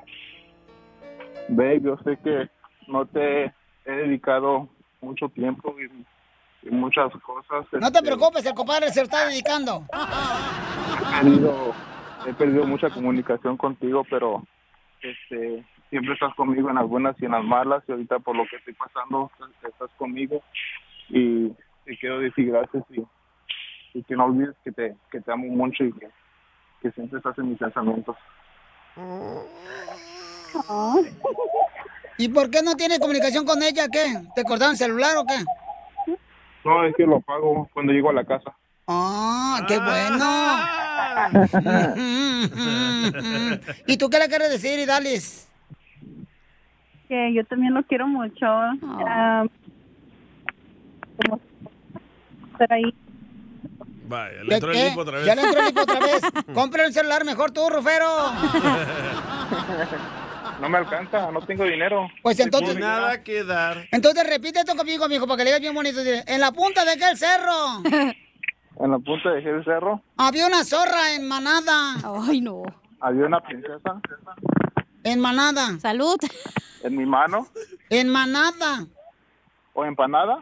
Babe, yo sé que no te he dedicado mucho tiempo y, y muchas cosas. No te este, preocupes, el compadre se lo está dedicando. He perdido, he perdido mucha comunicación contigo, pero este siempre estás conmigo en las buenas y en las malas, y ahorita por lo que estoy pasando estás conmigo, y te quiero decir gracias, y, y que no olvides que te, que te amo mucho y que, que siempre estás en mis pensamientos. ¿Y por qué no tienes comunicación con ella? ¿Qué? ¿Te cortaron el celular o qué? No, es que lo apago cuando llego a la casa. ¡Ah, qué bueno! ¿Y tú qué le quieres decir, Idalis? Que yo también lo quiero mucho. Ah, como estar ahí. Vaya, le ¿Qué, entró el qué? hipo otra vez. Ya le entró el hipo otra vez. Compra el celular mejor tú, Rufero. No me alcanza, no tengo dinero. Pues entonces... Sin nada que dar. Entonces repite esto conmigo, amigo, para que le digas bien bonito. Dile, en la punta de aquel cerro En la punta de aquel cerro había una zorra en manada. Ay, no. había una princesa En manada. Salud. en mi mano, En manada. o empanada.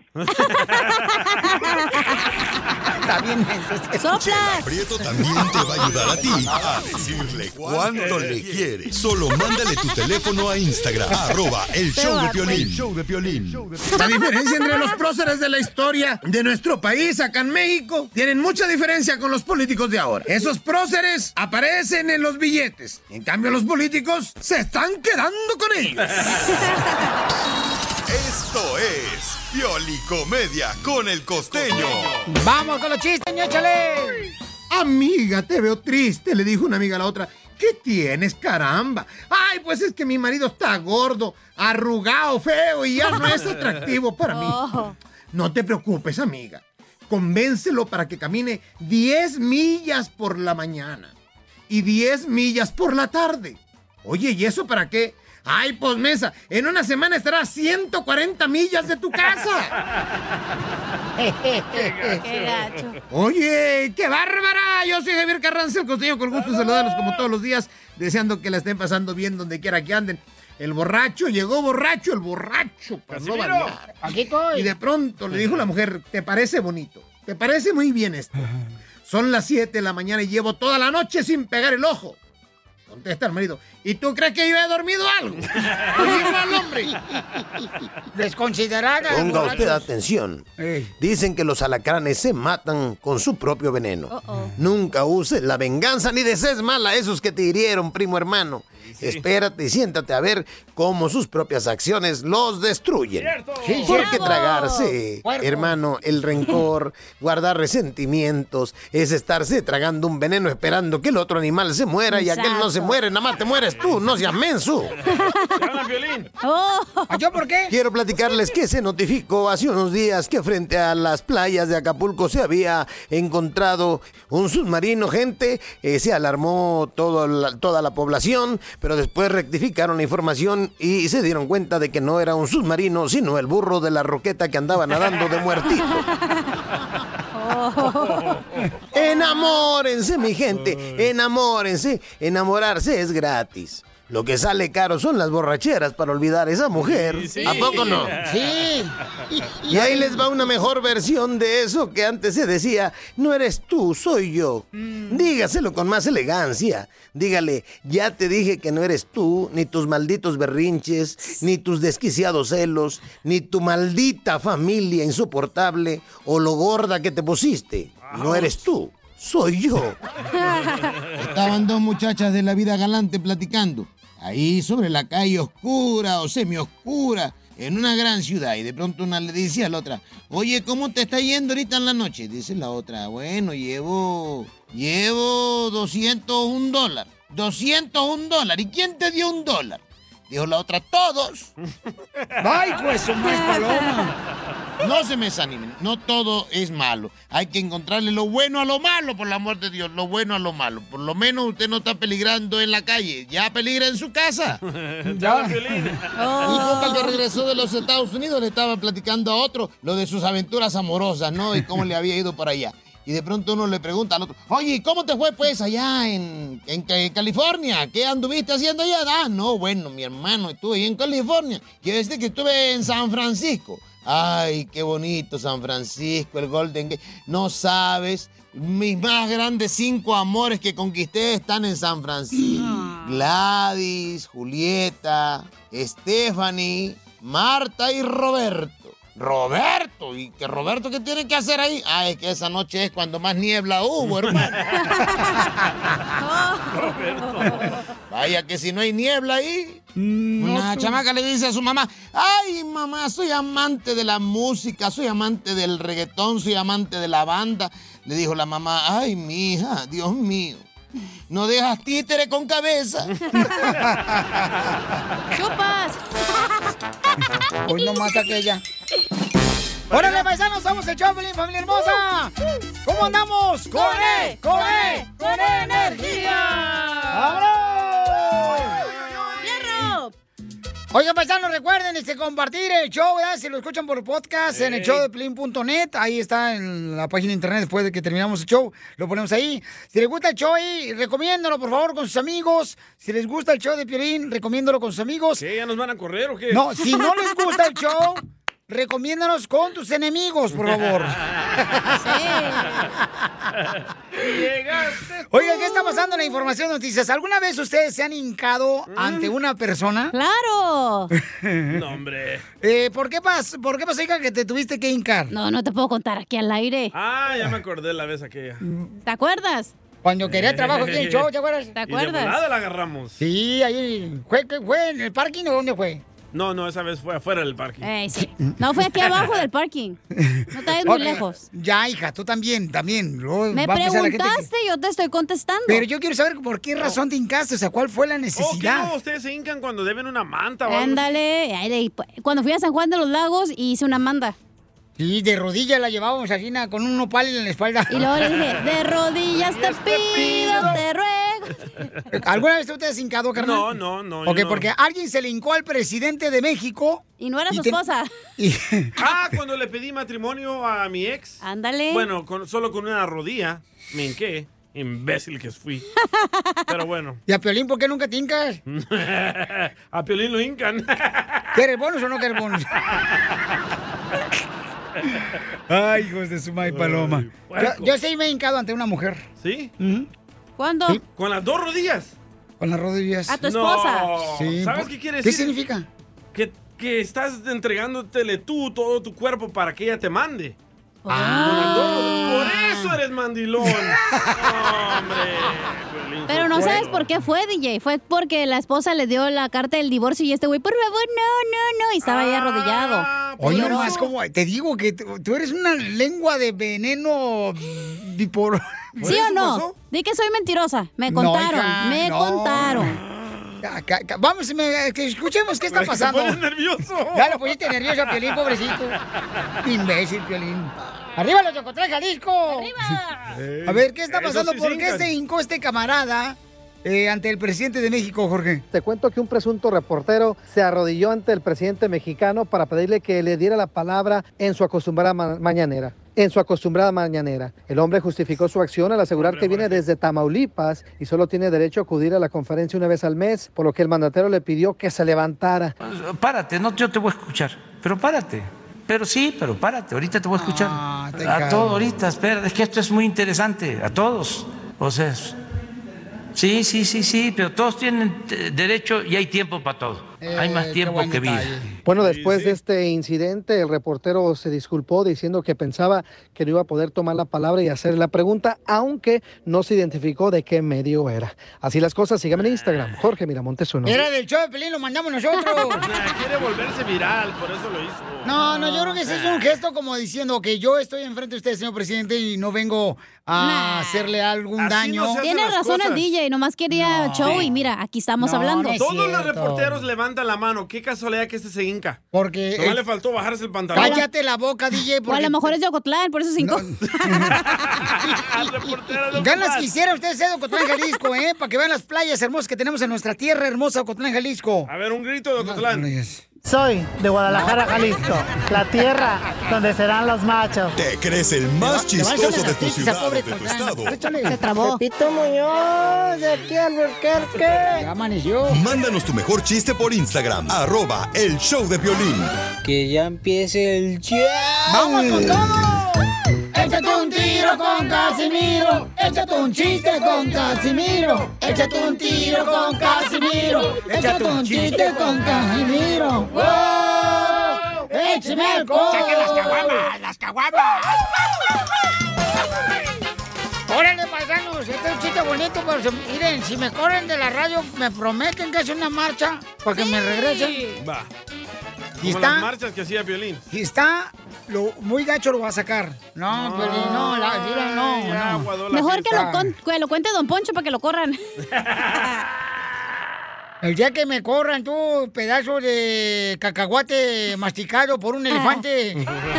Está bien. Chela Prieto también te va a ayudar a ti a decirle cuánto le quieres. Solo mándale tu teléfono a Instagram, arroba el show de Piolín. El show de Piolín. La diferencia entre los próceres de la historia de nuestro país, acá en México, tienen mucha diferencia con los políticos de ahora. Esos próceres aparecen en los billetes. En cambio, los políticos se están quedando con ellos. Esto es Piolicomedia con el Costeño. Vamos con los chistes, échale. Amiga, te veo triste, le dijo una amiga a la otra. ¿Qué tienes, caramba? Ay, pues es que mi marido está gordo, arrugado, feo y ya no es atractivo para mí. Oh. No te preocupes, amiga. Convéncelo para que camine diez millas por la mañana y diez millas por la tarde. Oye, ¿y eso para qué? Ay, pues mesa, en una semana estará a ciento cuarenta millas de tu casa. Qué gacho. Oye, qué bárbara. Yo soy Javier Carranza, el Costeño, con gusto de saludarlos como todos los días, deseando que la estén pasando bien donde quiera que anden. El borracho llegó borracho, el borracho, para no variar. Aquí estoy. Y de pronto le dijo la mujer, ¿te parece bonito? ¿Te parece muy bien esto? Son las siete de la mañana y llevo toda la noche sin pegar el ojo. Contesta el marido, ¿y tú crees que yo he dormido algo? Pues igual, hombre. Desconsiderada. Ponga borracho. usted atención. Dicen que los alacranes se matan con su propio veneno. Uh-oh. Nunca uses la venganza ni desees mal a esos que te hirieron, primo hermano. Espérate y siéntate a ver cómo sus propias acciones los destruyen. Sí, Porque cierto. tragarse, Puerco. hermano, el rencor, guardar resentimientos, es estarse tragando un veneno esperando que el otro animal se muera y aquel no se Exacto. muere, nada más te mueres tú, no seas menso. Oh. ¿Yo por qué? Quiero platicarles que se notificó hace unos días que frente a las playas de Acapulco se había encontrado un submarino, gente. Eh, se alarmó todo la- toda la población, pero después rectificaron la información y se dieron cuenta de que no era un submarino, sino el burro de la roqueta que andaba nadando de muertito. Oh. Enamórense, mi gente, enamórense. Enamorarse es gratis. Lo que sale caro son las borracheras para olvidar a esa mujer. Sí, sí. ¿A poco no? Sí. Y ahí les va una mejor versión de eso que antes se decía, no eres tú, soy yo. Mm. Dígaselo con más elegancia. Dígale, ya te dije que no eres tú, ni tus malditos berrinches, ni tus desquiciados celos, ni tu maldita familia insoportable o lo gorda que te pusiste. No eres tú, soy yo. Estaban dos muchachas de la vida galante platicando, ahí sobre la calle oscura o semioscura, en una gran ciudad, y de pronto una le dice a la otra, oye, ¿cómo te está yendo ahorita en la noche? Dice la otra, bueno, llevo, llevo doscientos un dólares, doscientos un dólares, ¿y quién te dio un dólar? Dijo la otra, todos. ¡Ay, pues, son más paloma! No se me desanimen, no todo es malo. Hay que encontrarle lo bueno a lo malo, por el amor de Dios, lo bueno a lo malo. Por lo menos usted no está peligrando en la calle, ya peligra en su casa. Ya. Oh. Y compa que regresó de los Estados Unidos le estaba platicando a otro lo de sus aventuras amorosas, ¿no? Y cómo le había ido por allá. Y de pronto uno le pregunta al otro, oye, ¿cómo te fue pues allá en, en, en California? ¿Qué anduviste haciendo allá? Ah, no, bueno, mi hermano, estuve ahí en California. Quiere decir que estuve en San Francisco. Ay, qué bonito San Francisco, el Golden Gate. No sabes, mis más grandes cinco amores que conquisté están en San Francisco. Gladys, Julieta, Stephanie, Marta y Roberto. Roberto, ¿y que Roberto qué tiene que hacer ahí? Ah, es que esa noche es cuando más niebla hubo, hermano. Vaya que si no hay niebla ahí. No, una tú. chamaca le dice a su mamá, ay mamá, soy amante de la música, soy amante del reggaetón, soy amante de la banda. Le dijo la mamá, ay mija, Dios mío, no dejas títere con cabeza. ¡Chupas! Hoy nomás aquella. ¡Órale, paisanos! ¡Somos el Choplin, familia hermosa! ¿Cómo andamos? ¡Con E! ¡Con E! ¡Con energía! ¡Vámonos! ¡Fierro! Oigan, paisanos, recuerden este, compartir el show, ¿verdad? Si lo escuchan por podcast, hey. en el show de Piolín punto net. Ahí está en la página de internet después de que terminamos el show. Lo ponemos ahí. Si les gusta el show, ahí, recomiéndalo, por favor, con sus amigos. Si les gusta el show de Piolín, recomiéndolo con sus amigos. ¿Qué? ¿Ya nos van a correr o qué? No, si no les gusta el show, recomiéndanos con tus enemigos, por favor. Oiga, ¿qué está pasando en la información noticias? ¿Alguna vez ustedes se han hincado ¿Mm? ante una persona? ¡Claro! No, hombre. Eh, ¿Por qué pasó, por qué pasó, hija, que te tuviste que hincar? No, no te puedo contar aquí al aire. Ah, ya me acordé la vez aquella. ¿Te acuerdas? Cuando quería trabajo aquí en el show, ¿te acuerdas? ¿Te acuerdas? Y de volada la agarramos. Sí, ahí. ¿Fue, fue en el parking o dónde fue? No, no, esa vez fue afuera del parking. Ey, sí. No, fue aquí abajo del parking. No te vayas muy okay. lejos. Ya, hija, tú también, también. Luego me preguntaste, que... yo te estoy contestando. Pero yo quiero saber por qué razón oh. te hincaste, o sea, ¿cuál fue la necesidad? Oh, ¿qué no? Ustedes se hincan cuando deben una manta o algo. Ándale, cuando fui a San Juan de los Lagos hice una manda. Sí, de rodillas la llevábamos así, con un nopal en la espalda. Y luego le dije, de rodillas te pido, te ruego. ¿Alguna vez tú te has hincado, carnal? No, no, no. Ok, no. porque alguien se le hincó al presidente de México. Y no era su te... esposa. Y... Ah, cuando le pedí matrimonio a mi ex. Ándale. Bueno, con, solo con una rodilla me hinqué. Imbécil que fui. Pero bueno. ¿Y a Piolín por qué nunca te hincas? A Piolín lo hincan. ¿Quieres bonus o no quieres bonus? Ay, hijos de su may paloma. Yo, yo sí me he hincado ante una mujer. ¿Sí? ¿Mm? ¿Cuándo? ¿Sí? ¿Con las dos rodillas? Con las rodillas. ¿A tu esposa? No. Sí, ¿Sabes por... qué quiere decir? ¿Qué significa? Que, que estás entregándotele tú todo tu cuerpo para que ella te mande. Ah. Por eso eres mandilón. Hombre. Pero no sabes por qué fue, D J. Fue porque la esposa le dio la carta del divorcio y este güey, por favor, no, no, no. Y estaba ahí arrodillado. Oye, no, es como, te digo que tú eres una lengua de veneno bipolar. ¿Sí o no? Pasó? Di que soy mentirosa. Me contaron, no, hija, me no. contaron. Acá, acá. Vamos, me, que escuchemos qué está pasando. Te pones nervioso. Ya lo pusiste nervioso a Piolín, pobrecito. Imbécil, Piolín. ¡Arriba los Yocotlán, Jalisco! ¡Arriba! A ver, ¿qué está pasando? Sí, ¿por qué se hincó este camarada eh, ante el presidente de México, Jorge? Te cuento que un presunto reportero se arrodilló ante el presidente mexicano para pedirle que le diera la palabra en su acostumbrada ma- mañanera. en su acostumbrada mañanera. El hombre justificó su acción al asegurar que viene desde Tamaulipas y solo tiene derecho a acudir a la conferencia una vez al mes, por lo que el mandatario le pidió que se levantara. Párate, no, yo te voy a escuchar, pero párate. Pero sí, pero párate, ahorita te voy a escuchar. Ah, te a calmo. todo, ahorita, espera, es que esto es muy interesante, a todos. O sea, sí, sí, sí, sí, pero todos tienen eh, derecho y hay tiempo para todo. Hay más tiempo que vida. Bueno, después de este incidente, el reportero se disculpó diciendo que pensaba que no iba a poder tomar la palabra y hacer la pregunta, aunque no se identificó de qué medio era. Así las cosas, síganme en Instagram, Jorge Miramontes uno. Era del show de Pelín, lo mandamos nosotros. Quiere volverse viral, por eso lo hizo. No, no, yo creo que ese es un gesto como diciendo que yo estoy enfrente de usted, señor presidente, y no vengo a Nah. hacerle algún Así daño. no se hacen Tiene las razón el cosas. D J, nomás quería No. show Sí. y mira, aquí estamos No, hablando. no es Todos los cierto. reporteros levantan la mano. Qué casualidad que este se hinca. Porque Nomás el- le faltó bajarse el pantalón. cállate la boca, D J. O a Porque lo mejor es de Ocotlán, por eso cinco. Al reportero de ganas Ocotlán. quisiera usted ser de Ocotlán, Jalisco, ¿eh? Para que vean las playas hermosas que tenemos en nuestra tierra hermosa, Ocotlán, Jalisco. A ver, un grito de Ocotlán. Soy de Guadalajara, Jalisco, la tierra donde serán los machos. ¿Te crees el más chistoso de tu ciudad o de tu estado? Échale. Se trabó. Pepito Muñoz, de aquí al Burquerque. Ya amaneció. Mándanos tu mejor chiste por Instagram, arroba el show de Piolín. Que ya empiece el show. ¡Vamos con todo! Échate un tiro con Casimiro. Échate un chiste con Casimiro. Échate un tiro con Casimiro. Échate un chiste con Casimiro. ¡Wow! ¡Échame alcohol! ¡Saca las caguamas! ¡Las caguamas! ¡Órale, paisanos! Este es un chiste bonito, pero si- miren, si me corren de la radio, me prometen que es una marcha para que me regresen. Va. ¿Y Como está? las marchas que hacía Piolín. Si está lo, muy gacho, lo va a sacar. No, pero no, la, mira, no, ya no. aguadó la Mejor que fiesta. lo, con- que lo cuente Don Poncho para que lo corran. El día que me corran, tú, pedazo de cacahuate masticado por un elefante.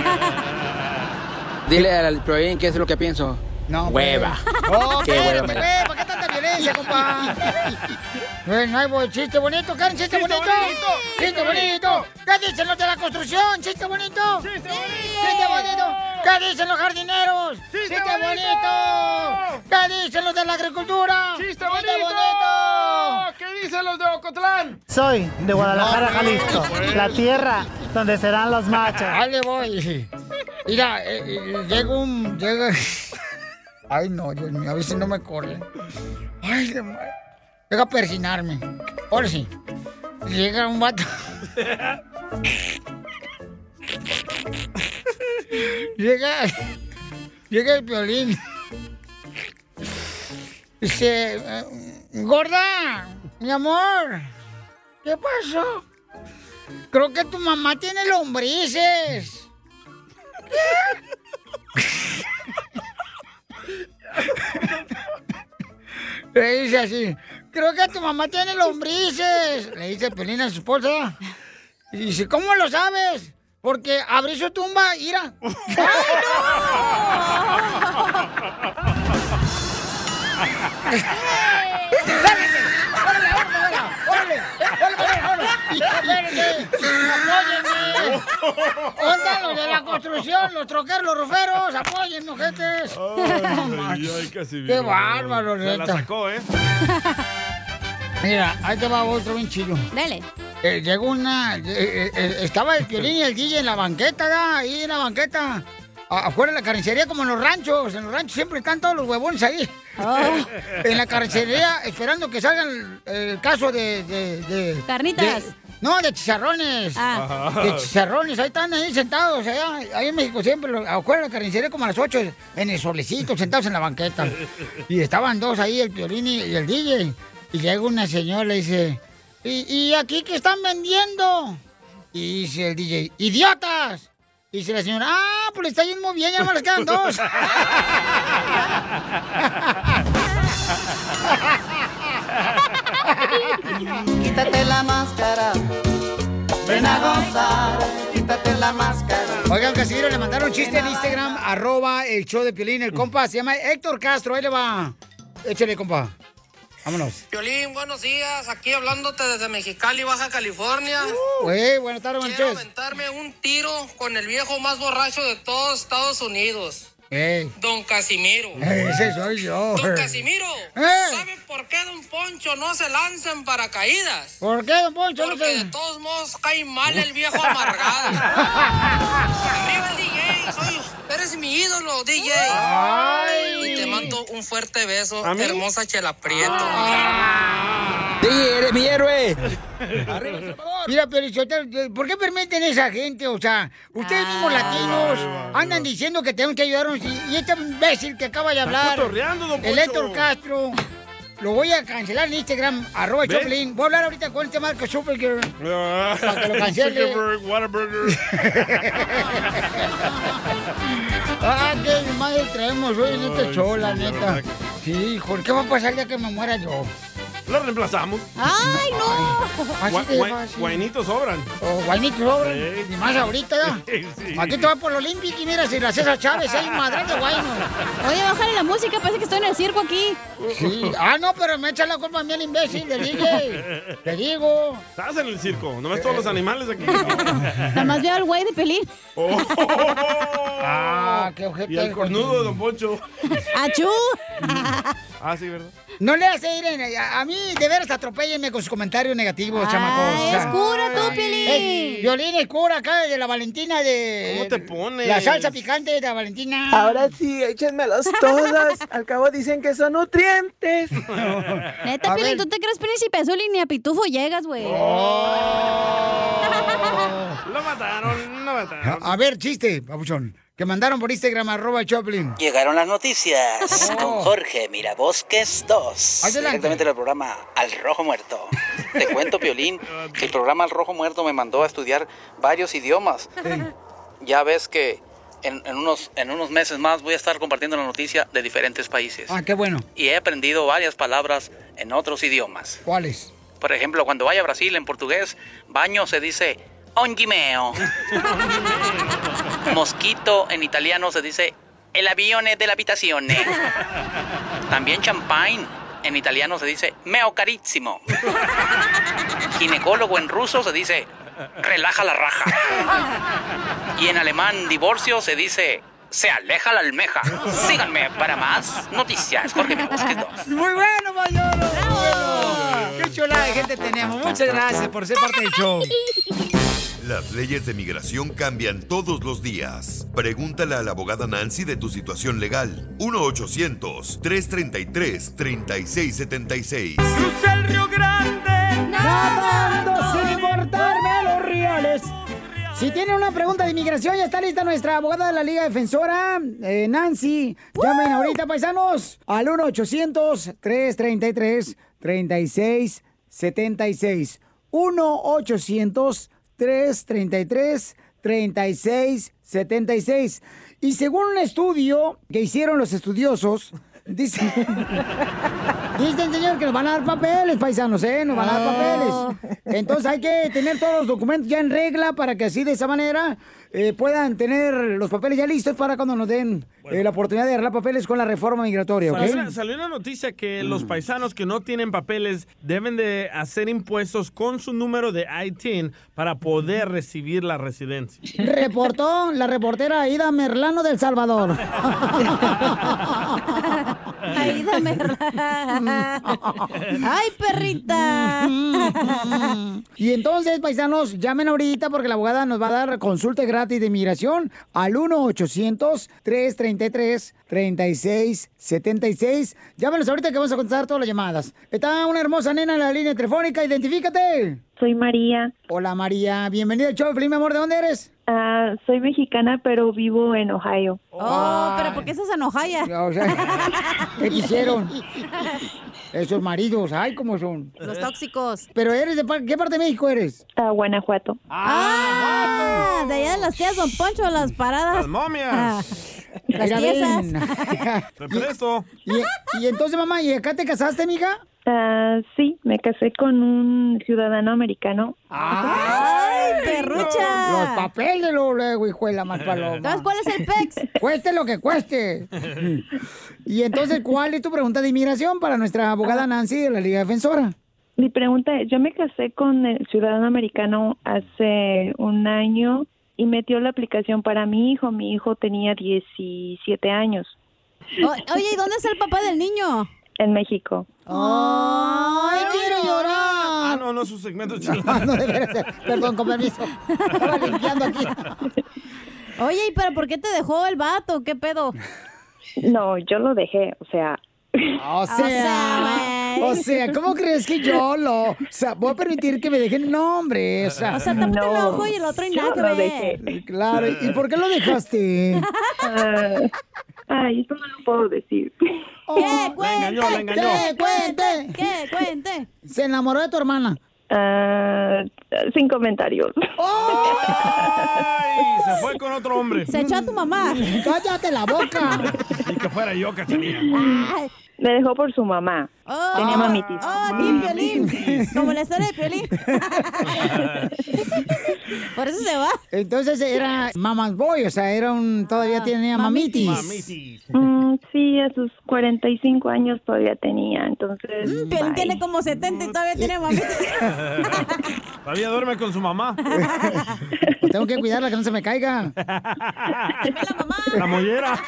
Dile al Piolín qué es lo que pienso. No, Hueva. No, Qué hueva, espérame, me- güey, ¿para qué tanta violencia, compa? Bueno, ahí voy, chiste bonito, Karen, chiste, ¡Chiste bonito. bonito! Chiste bonito. ¿Qué dicen los de la construcción? Chiste bonito. ¡Chiste bonito! Chiste bonito. ¿Qué dicen los jardineros? ¡Chiste bonito. ¿Qué dicen los de la agricultura? ¡Chiste bonito! ¿Qué dicen los de Ocotlán? Soy de Guadalajara, No, Jalisco, pues. la tierra donde serán los machos. Ahí le voy. Mira, eh, eh, llega un... Llega... Ay, no, Dios mío, a veces no me corre. Ay, de madre. Llega a persinarme. Ahora sí. Llega un vato. Llega... Llega el Piolín. Dice... eh, Gorda, mi amor. ¿Qué pasó? Creo que tu mamá tiene lombrices. Le dice así, creo que tu mamá tiene lombrices. Le dice Pelín a su esposa. Y dice, ¿cómo lo sabes? Porque abrí su tumba, ira. ¡Lárguense! ¡Órale, órale, órale! ¡Órale, órale! ¡Apóyenme! ¡Onda los de la construcción, los troqueros, los ruferos! ¡Apóyenme, ojetes! Ay, ay, casi ¡Qué bárbaro, Se la neta! sacó, ¿eh? Mira, ahí te va otro bien chido. Dale. Eh, llegó una... eh, eh, eh, estaba el Piolín y el D J en la banqueta, ¿da? Ahí en la banqueta. A- afuera de la carnicería, como en los ranchos. En los ranchos siempre están todos los huevones ahí. En la carnicería, esperando que salgan el, el caso de... de, de Carnitas. de- no, de chicharrones. Ah. De chicharrones. Ahí están ahí sentados. Allá, ahí en México siempre. lo- Afuera de la carnicería, como a las ocho, en el solecito, sentados en la banqueta. Y estaban dos ahí, el Piolín y, y el D J. Y llega una señora y le dice... ¿Y, ¿Y aquí qué están vendiendo? Y dice el D J, ¡idiotas! Y dice la señora, ¡ah, pues le está yendo muy bien, ya no les quedan dos! Quítate la máscara. Ven a gozar. Quítate la máscara. Oigan, Casimiro, le mandaron un chiste en Instagram, arroba el show de Piolín, el compa, se llama Héctor Castro, ahí le va. Échale, compa. Vámonos. Piolín, buenos días. Aquí hablándote desde Mexicali, Baja California. Güey, uh, buenas tardes, Quiero Manches. aventarme un tiro con el viejo más borracho de todos Estados Unidos. Ey. Don Casimiro. Ese soy yo. Don Casimiro, Eh. ¿sabe por qué Don Poncho no se lanza en paracaídas? ¿Por qué, Don Poncho? Porque no se... de todos modos cae mal el viejo amargado. Arriba el D J, soy, eres mi ídolo, D J. Ay. Y te mando un fuerte beso, ¿A mí? hermosa Chela Prieto. D J, eres mi héroe. Mira, Pelichotelo, ¿por qué permiten esa gente? O sea, ustedes mismos latinos andan diciendo que tenemos que ayudarnos y, y este imbécil que acaba de hablar, cotorreando, don el Poncho. Héctor Castro, lo voy a cancelar en Instagram, arroba ¿Ve? Choplin. Voy a hablar ahorita con este Marco Supergirl para que lo cancele. Zuckerberg, Whataburger. Ah, qué madre traemos hoy en este show, la neta. Sí, hijo, ¿qué va a pasar el día que me muera yo? Lo reemplazamos. ¡Ay, no! Así Gua- de gua- fácil. Guainitos sobran. Oh, guainitos sobran. Sí. Y más ahorita, ¿ya? Sí. Aquí te va por el Olympic y mira, si la César Chávez, hay un madral de guayno. Oye, bájale la música, parece que estoy en el circo aquí. Sí. Ah, no, pero me echa la culpa a mí el imbécil del D J. Te digo. Estás en el circo. ¿No ves todos los animales aquí? Nada más veo al güey de Pelín. Ah, qué ojete. Y al cornudo de Don Poncho. ¡Achú! Ah, sí, ¿verdad? No le hace ir en, a, a mí, de veras, atropéllenme con sus comentarios negativos, Ay, chamacos. es cura tú, Piolín. Es, Violín es cura acá de la Valentina de... ¿Cómo te pones? La salsa picante de la Valentina. Ahora sí, échenmelos todas. Al cabo dicen que son nutrientes. Neta, A Piolín, ver. tú te crees príncipe azul y ni a pitufo llegas, güey. Oh. Lo mataron, lo mataron. A, a ver, chiste, papuchón, que mandaron por Instagram, arroba Choplin. Llegaron las noticias con Jorge Mirabosques dos. Adelante. Directamente del programa Al Rojo Muerto. Te cuento, Piolín, que el programa Al Rojo Muerto me mandó a estudiar varios idiomas. Ya ves que en, en, unos, en unos meses más voy a estar compartiendo la noticia de diferentes países. Ah, qué bueno. Y he aprendido varias palabras en otros idiomas. ¿Cuáles? Por ejemplo, cuando vaya a Brasil, en portugués, baño se dice ongimeo. Mosquito en italiano se dice el avione de la habitazione. También champagne en italiano se dice meo carissimo. Ginecólogo en ruso se dice relaja la raja. Y en alemán divorcio se dice se aleja la almeja. Síganme para más noticias. Jorge Mirabosques dos. Muy bueno, Mayoro. Bueno. Qué chulada de gente tenemos. Muchas gracias por ser parte del show. Las leyes de migración cambian todos los días. Pregúntale a la abogada Nancy de tu situación legal. uno ochocientos, trescientos treinta y tres, treinta y seis setenta y seis. Crucé el Río Grande, nadando sin importarme los reales. Si tienen una pregunta de inmigración, ya está lista nuestra abogada de la Liga Defensora, eh, Nancy. Llamen ahorita, paisanos, al uno ochocientos, trescientos treinta y tres, treinta y seis setenta y seis. uno ochocientos, trescientos treinta y tres, treinta y seis setenta y seis. Y según un estudio que hicieron los estudiosos, dice, dice el señor que nos van a dar papeles, paisanos, ¿eh? Nos van a dar papeles. Entonces hay que tener todos los documentos ya en regla para que así de esa manera eh, puedan tener los papeles ya listos para cuando nos den eh, la oportunidad de arreglar papeles con la reforma migratoria, ¿ok? Salió una, salió una noticia que los paisanos que no tienen papeles deben de hacer impuestos con su número de I T I N para poder recibir la residencia. Reportó la reportera Aida Merlano del Salvador. Aida Merlano. ¡Ay, perrita! Y entonces, paisanos, llamen ahorita porque la abogada nos va a dar consulta gratis de inmigración al uno ochocientos, trescientos treinta y tres, treinta y seis setenta y seis. Llámenos ahorita que vamos a contestar todas las llamadas. Está una hermosa nena en la línea telefónica. Identifícate. Soy María. Hola, María. Bienvenida al show, mi amor. ¿De dónde eres? Ah, soy mexicana, pero vivo en Ohio. Oh, pero ¿por qué estás en Ohio? O sea, ¿qué quisieron? Esos maridos, ay, ¿cómo son? Los tóxicos. ¿Pero eres de par- qué parte de México eres? Ah, Guanajuato. Ah, de allá de las tías Don Poncho, las paradas. Las momias. Ah, las Mira, tiesas. ven. Te presto. Y, y entonces, mamá, ¿y acá te casaste, mija? Ah, sí, me casé con un ciudadano americano. ¡Ay, perrucha! Los papeles, luego, luego, hijuela más paloma. ¿Sabes cuál es el P E X? Cueste lo que cueste. Y entonces, ¿cuál es tu pregunta de inmigración para nuestra abogada Nancy de la Liga Defensora? Mi pregunta es, yo me casé con el ciudadano americano hace un año y metió la aplicación para mi hijo. Mi hijo tenía diecisiete años. O- oye, ¿y dónde está el papá del niño? En México. ¡Ay, quiero llorar! Ah, no, no, su segmento chido. No debería ser. Perdón, con permiso. Estaba limpiando aquí. Oye, ¿y pero por qué te dejó el vato? ¿Qué pedo? No, yo lo dejé, o sea... O sea, o sea, ¿cómo crees que yo lo... O sea, voy a permitir que me dejen nombre, o sea... O sea, tápate el ojo y el otro y nada que lo ver. dejé. Claro, ¿y por qué lo dejaste? Ah, ay, eso no lo puedo decir. ¿Qué? Cuente, engañó, la engañó. ¿Qué? Cuente. ¿Qué? Cuente. Se enamoró de tu hermana. Ah, sin comentarios. ¡Ay! Se fue con otro hombre. Se echó a tu mamá. Cállate la boca. Y que fuera yo, Cachanilla. Me dejó por su mamá. Oh, Tenía mamitis. Oh, Team Piolín. Como la historia de Piolín. Por eso se va. Entonces era Mama's Boy, o sea, era un... Todavía tenía mamitis. Mamitis. Mm, sí, a sus cuarenta y cinco años todavía tenía, entonces... Mm, Piolín bye. tiene como setenta y todavía tiene mamitis. Todavía duerme con su mamá. Pues tengo que cuidarla, que no se me caiga. La mollera.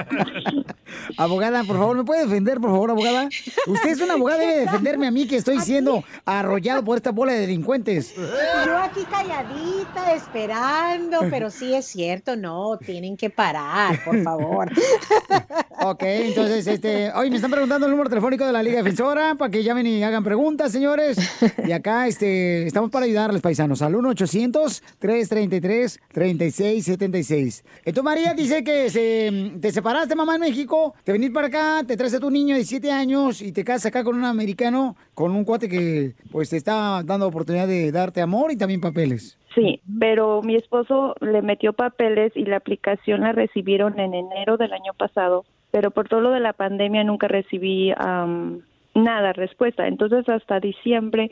Abogada, por favor, ¿me puede defender, por favor, abogada? Usted es una abogada, debe defenderme a mí que estoy siendo arrollado por esta bola de delincuentes. Yo aquí calladita, esperando, pero sí es cierto, no, tienen que parar, por favor. Ok, entonces, este, hoy me están preguntando el número telefónico de la Liga Defensora para que llamen y hagan preguntas, señores. Y acá, este, estamos para ayudarles, paisanos, al uno ochocientos, tres treinta y tres, treinta y seis setenta y seis. Entonces, María dice que se, te separaste, mamá, en México, te venís para acá, te traes a tu niño de siete años y te casas acá con un americano, con un cuate que, pues, te está dando oportunidad de darte amor y también papeles. Sí, pero mi esposo le metió papeles y la aplicación la recibieron en enero del año pasado, pero por todo lo de la pandemia nunca recibí um, nada, respuesta. Entonces hasta diciembre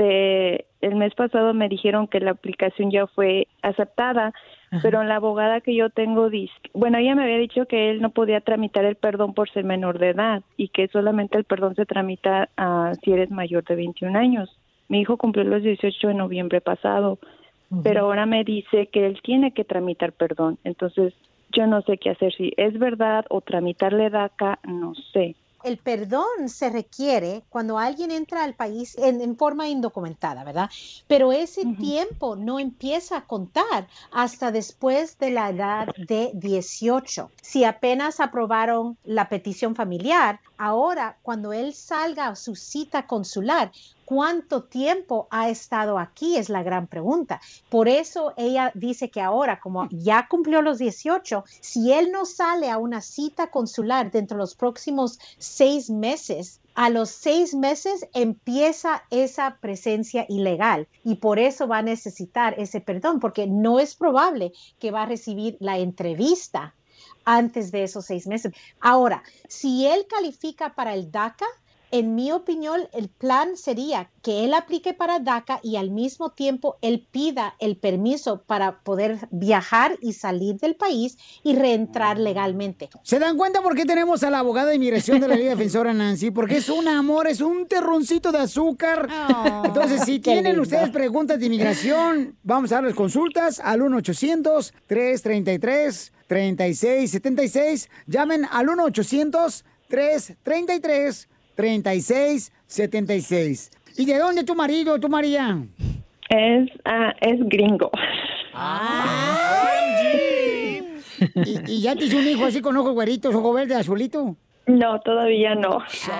de el mes pasado me dijeron que la aplicación ya fue aceptada, pero la abogada que yo tengo dice, bueno, ella me había dicho que él no podía tramitar el perdón por ser menor de edad y que solamente el perdón se tramita uh, si eres mayor de veintiún años. Mi hijo cumplió los dieciocho de noviembre pasado, uh-huh. pero ahora me dice que él tiene que tramitar perdón. Entonces, yo no sé qué hacer, si es verdad o tramitarle DACA, no sé. El perdón se requiere cuando alguien entra al país en, en forma indocumentada, ¿verdad? Pero ese uh-huh. tiempo no empieza a contar hasta después de la edad de dieciocho. Si apenas aprobaron la petición familiar, ahora cuando él salga a su cita consular, ¿cuánto tiempo ha estado aquí? Es la gran pregunta. Por eso ella dice que ahora, como ya cumplió los dieciocho, si él no sale a una cita consular dentro de los próximos seis meses, a los seis meses empieza esa presencia ilegal y por eso va a necesitar ese perdón, porque no es probable que va a recibir la entrevista antes de esos seis meses. Ahora, si él califica para el DACA, en mi opinión, el plan sería que él aplique para DACA y al mismo tiempo él pida el permiso para poder viajar y salir del país y reentrar legalmente. ¿Se dan cuenta por qué tenemos a la abogada de inmigración de la Liga Defensora, Nancy? Porque es un amor, es un terroncito de azúcar. Oh, Entonces, si tienen lindo. ustedes preguntas de inmigración, vamos a darles consultas al uno ochocientos, tres treinta y tres, treinta y seis setenta y seis. Llamen al uno ochocientos, tres treinta y tres, treinta y seis setenta y seis. ¿Y de dónde tu marido, tu María? Es, uh, es gringo. Ah. ¿Y, ¿Y ya te hizo un hijo así con ojos güeritos, ojo verde, azulito? No, todavía no.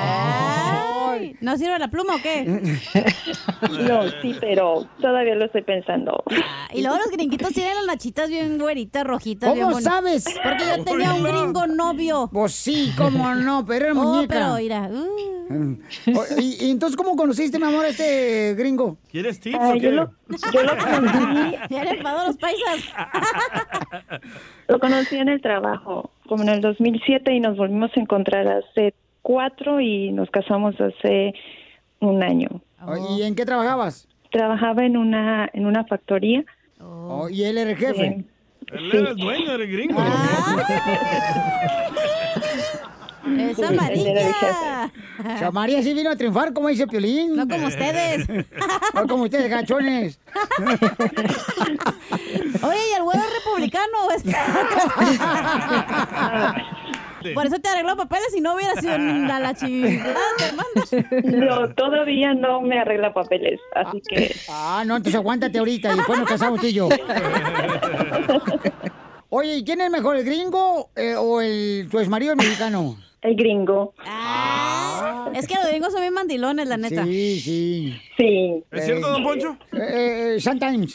Ay, ¿no sirve la pluma o qué? No, sí, pero todavía lo estoy pensando. Ah, y luego los gringuitos tienen las nachitas bien güeritas, rojitas. ¿Cómo sabes? Porque yo tenía un gringo novio. Pues sí, cómo no, pero era oh, muñeca. pero mira. Uh. ¿Y, ¿Y entonces cómo conociste, mi amor, a este gringo? ¿Quieres tips Ay, o qué? Yo lo, yo lo conocí. Ya le enfadó los paisas. Lo conocí en el trabajo, como en el dos mil siete, y nos volvimos a encontrar hace cuatro y nos casamos hace Un año. ¿Y en qué trabajabas? Trabajaba en una en una factoría. Oh, ¿y él era el jefe? Él era el dueño, era el gringo. ¡Esa amarilla! O sea, María sí vino a triunfar, como dice Piolín. No como ustedes. No como ustedes, gachones. Oye, ¿y el güero es republicano? ¿O es... Por eso te arregló papeles y no hubiera sido a la chingada, No, todavía no me arregla papeles, así que... Ah, no, entonces aguántate ahorita y después nos casamos tú y yo. Oye, ¿y quién es mejor, el gringo eh, o el tu exmarido el mexicano? El gringo. Ah, es que los gringos son bien mandilones, la neta. Sí, sí. Sí. ¿Es cierto, don Poncho? Eh, eh, sometimes.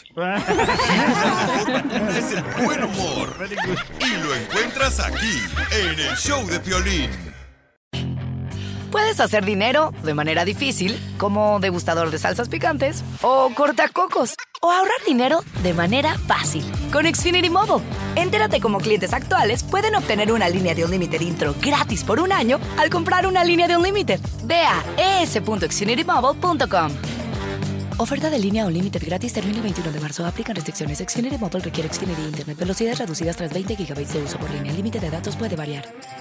Es el buen humor. Y lo encuentras aquí, en el show de Piolín. Puedes hacer dinero de manera difícil, como degustador de salsas picantes, o cortacocos, o ahorrar dinero de manera fácil con Xfinity Mobile. Entérate cómo clientes actuales pueden obtener una línea de Unlimited intro gratis por un año al comprar una línea de Unlimited. Ve a e s punto xfinity mobile punto com. Oferta de línea Unlimited gratis termina el veintiuno de marzo. Aplican restricciones. Xfinity Mobile requiere Xfinity Internet. Velocidades reducidas tras veinte gigabytes de uso por línea. El límite de datos puede variar.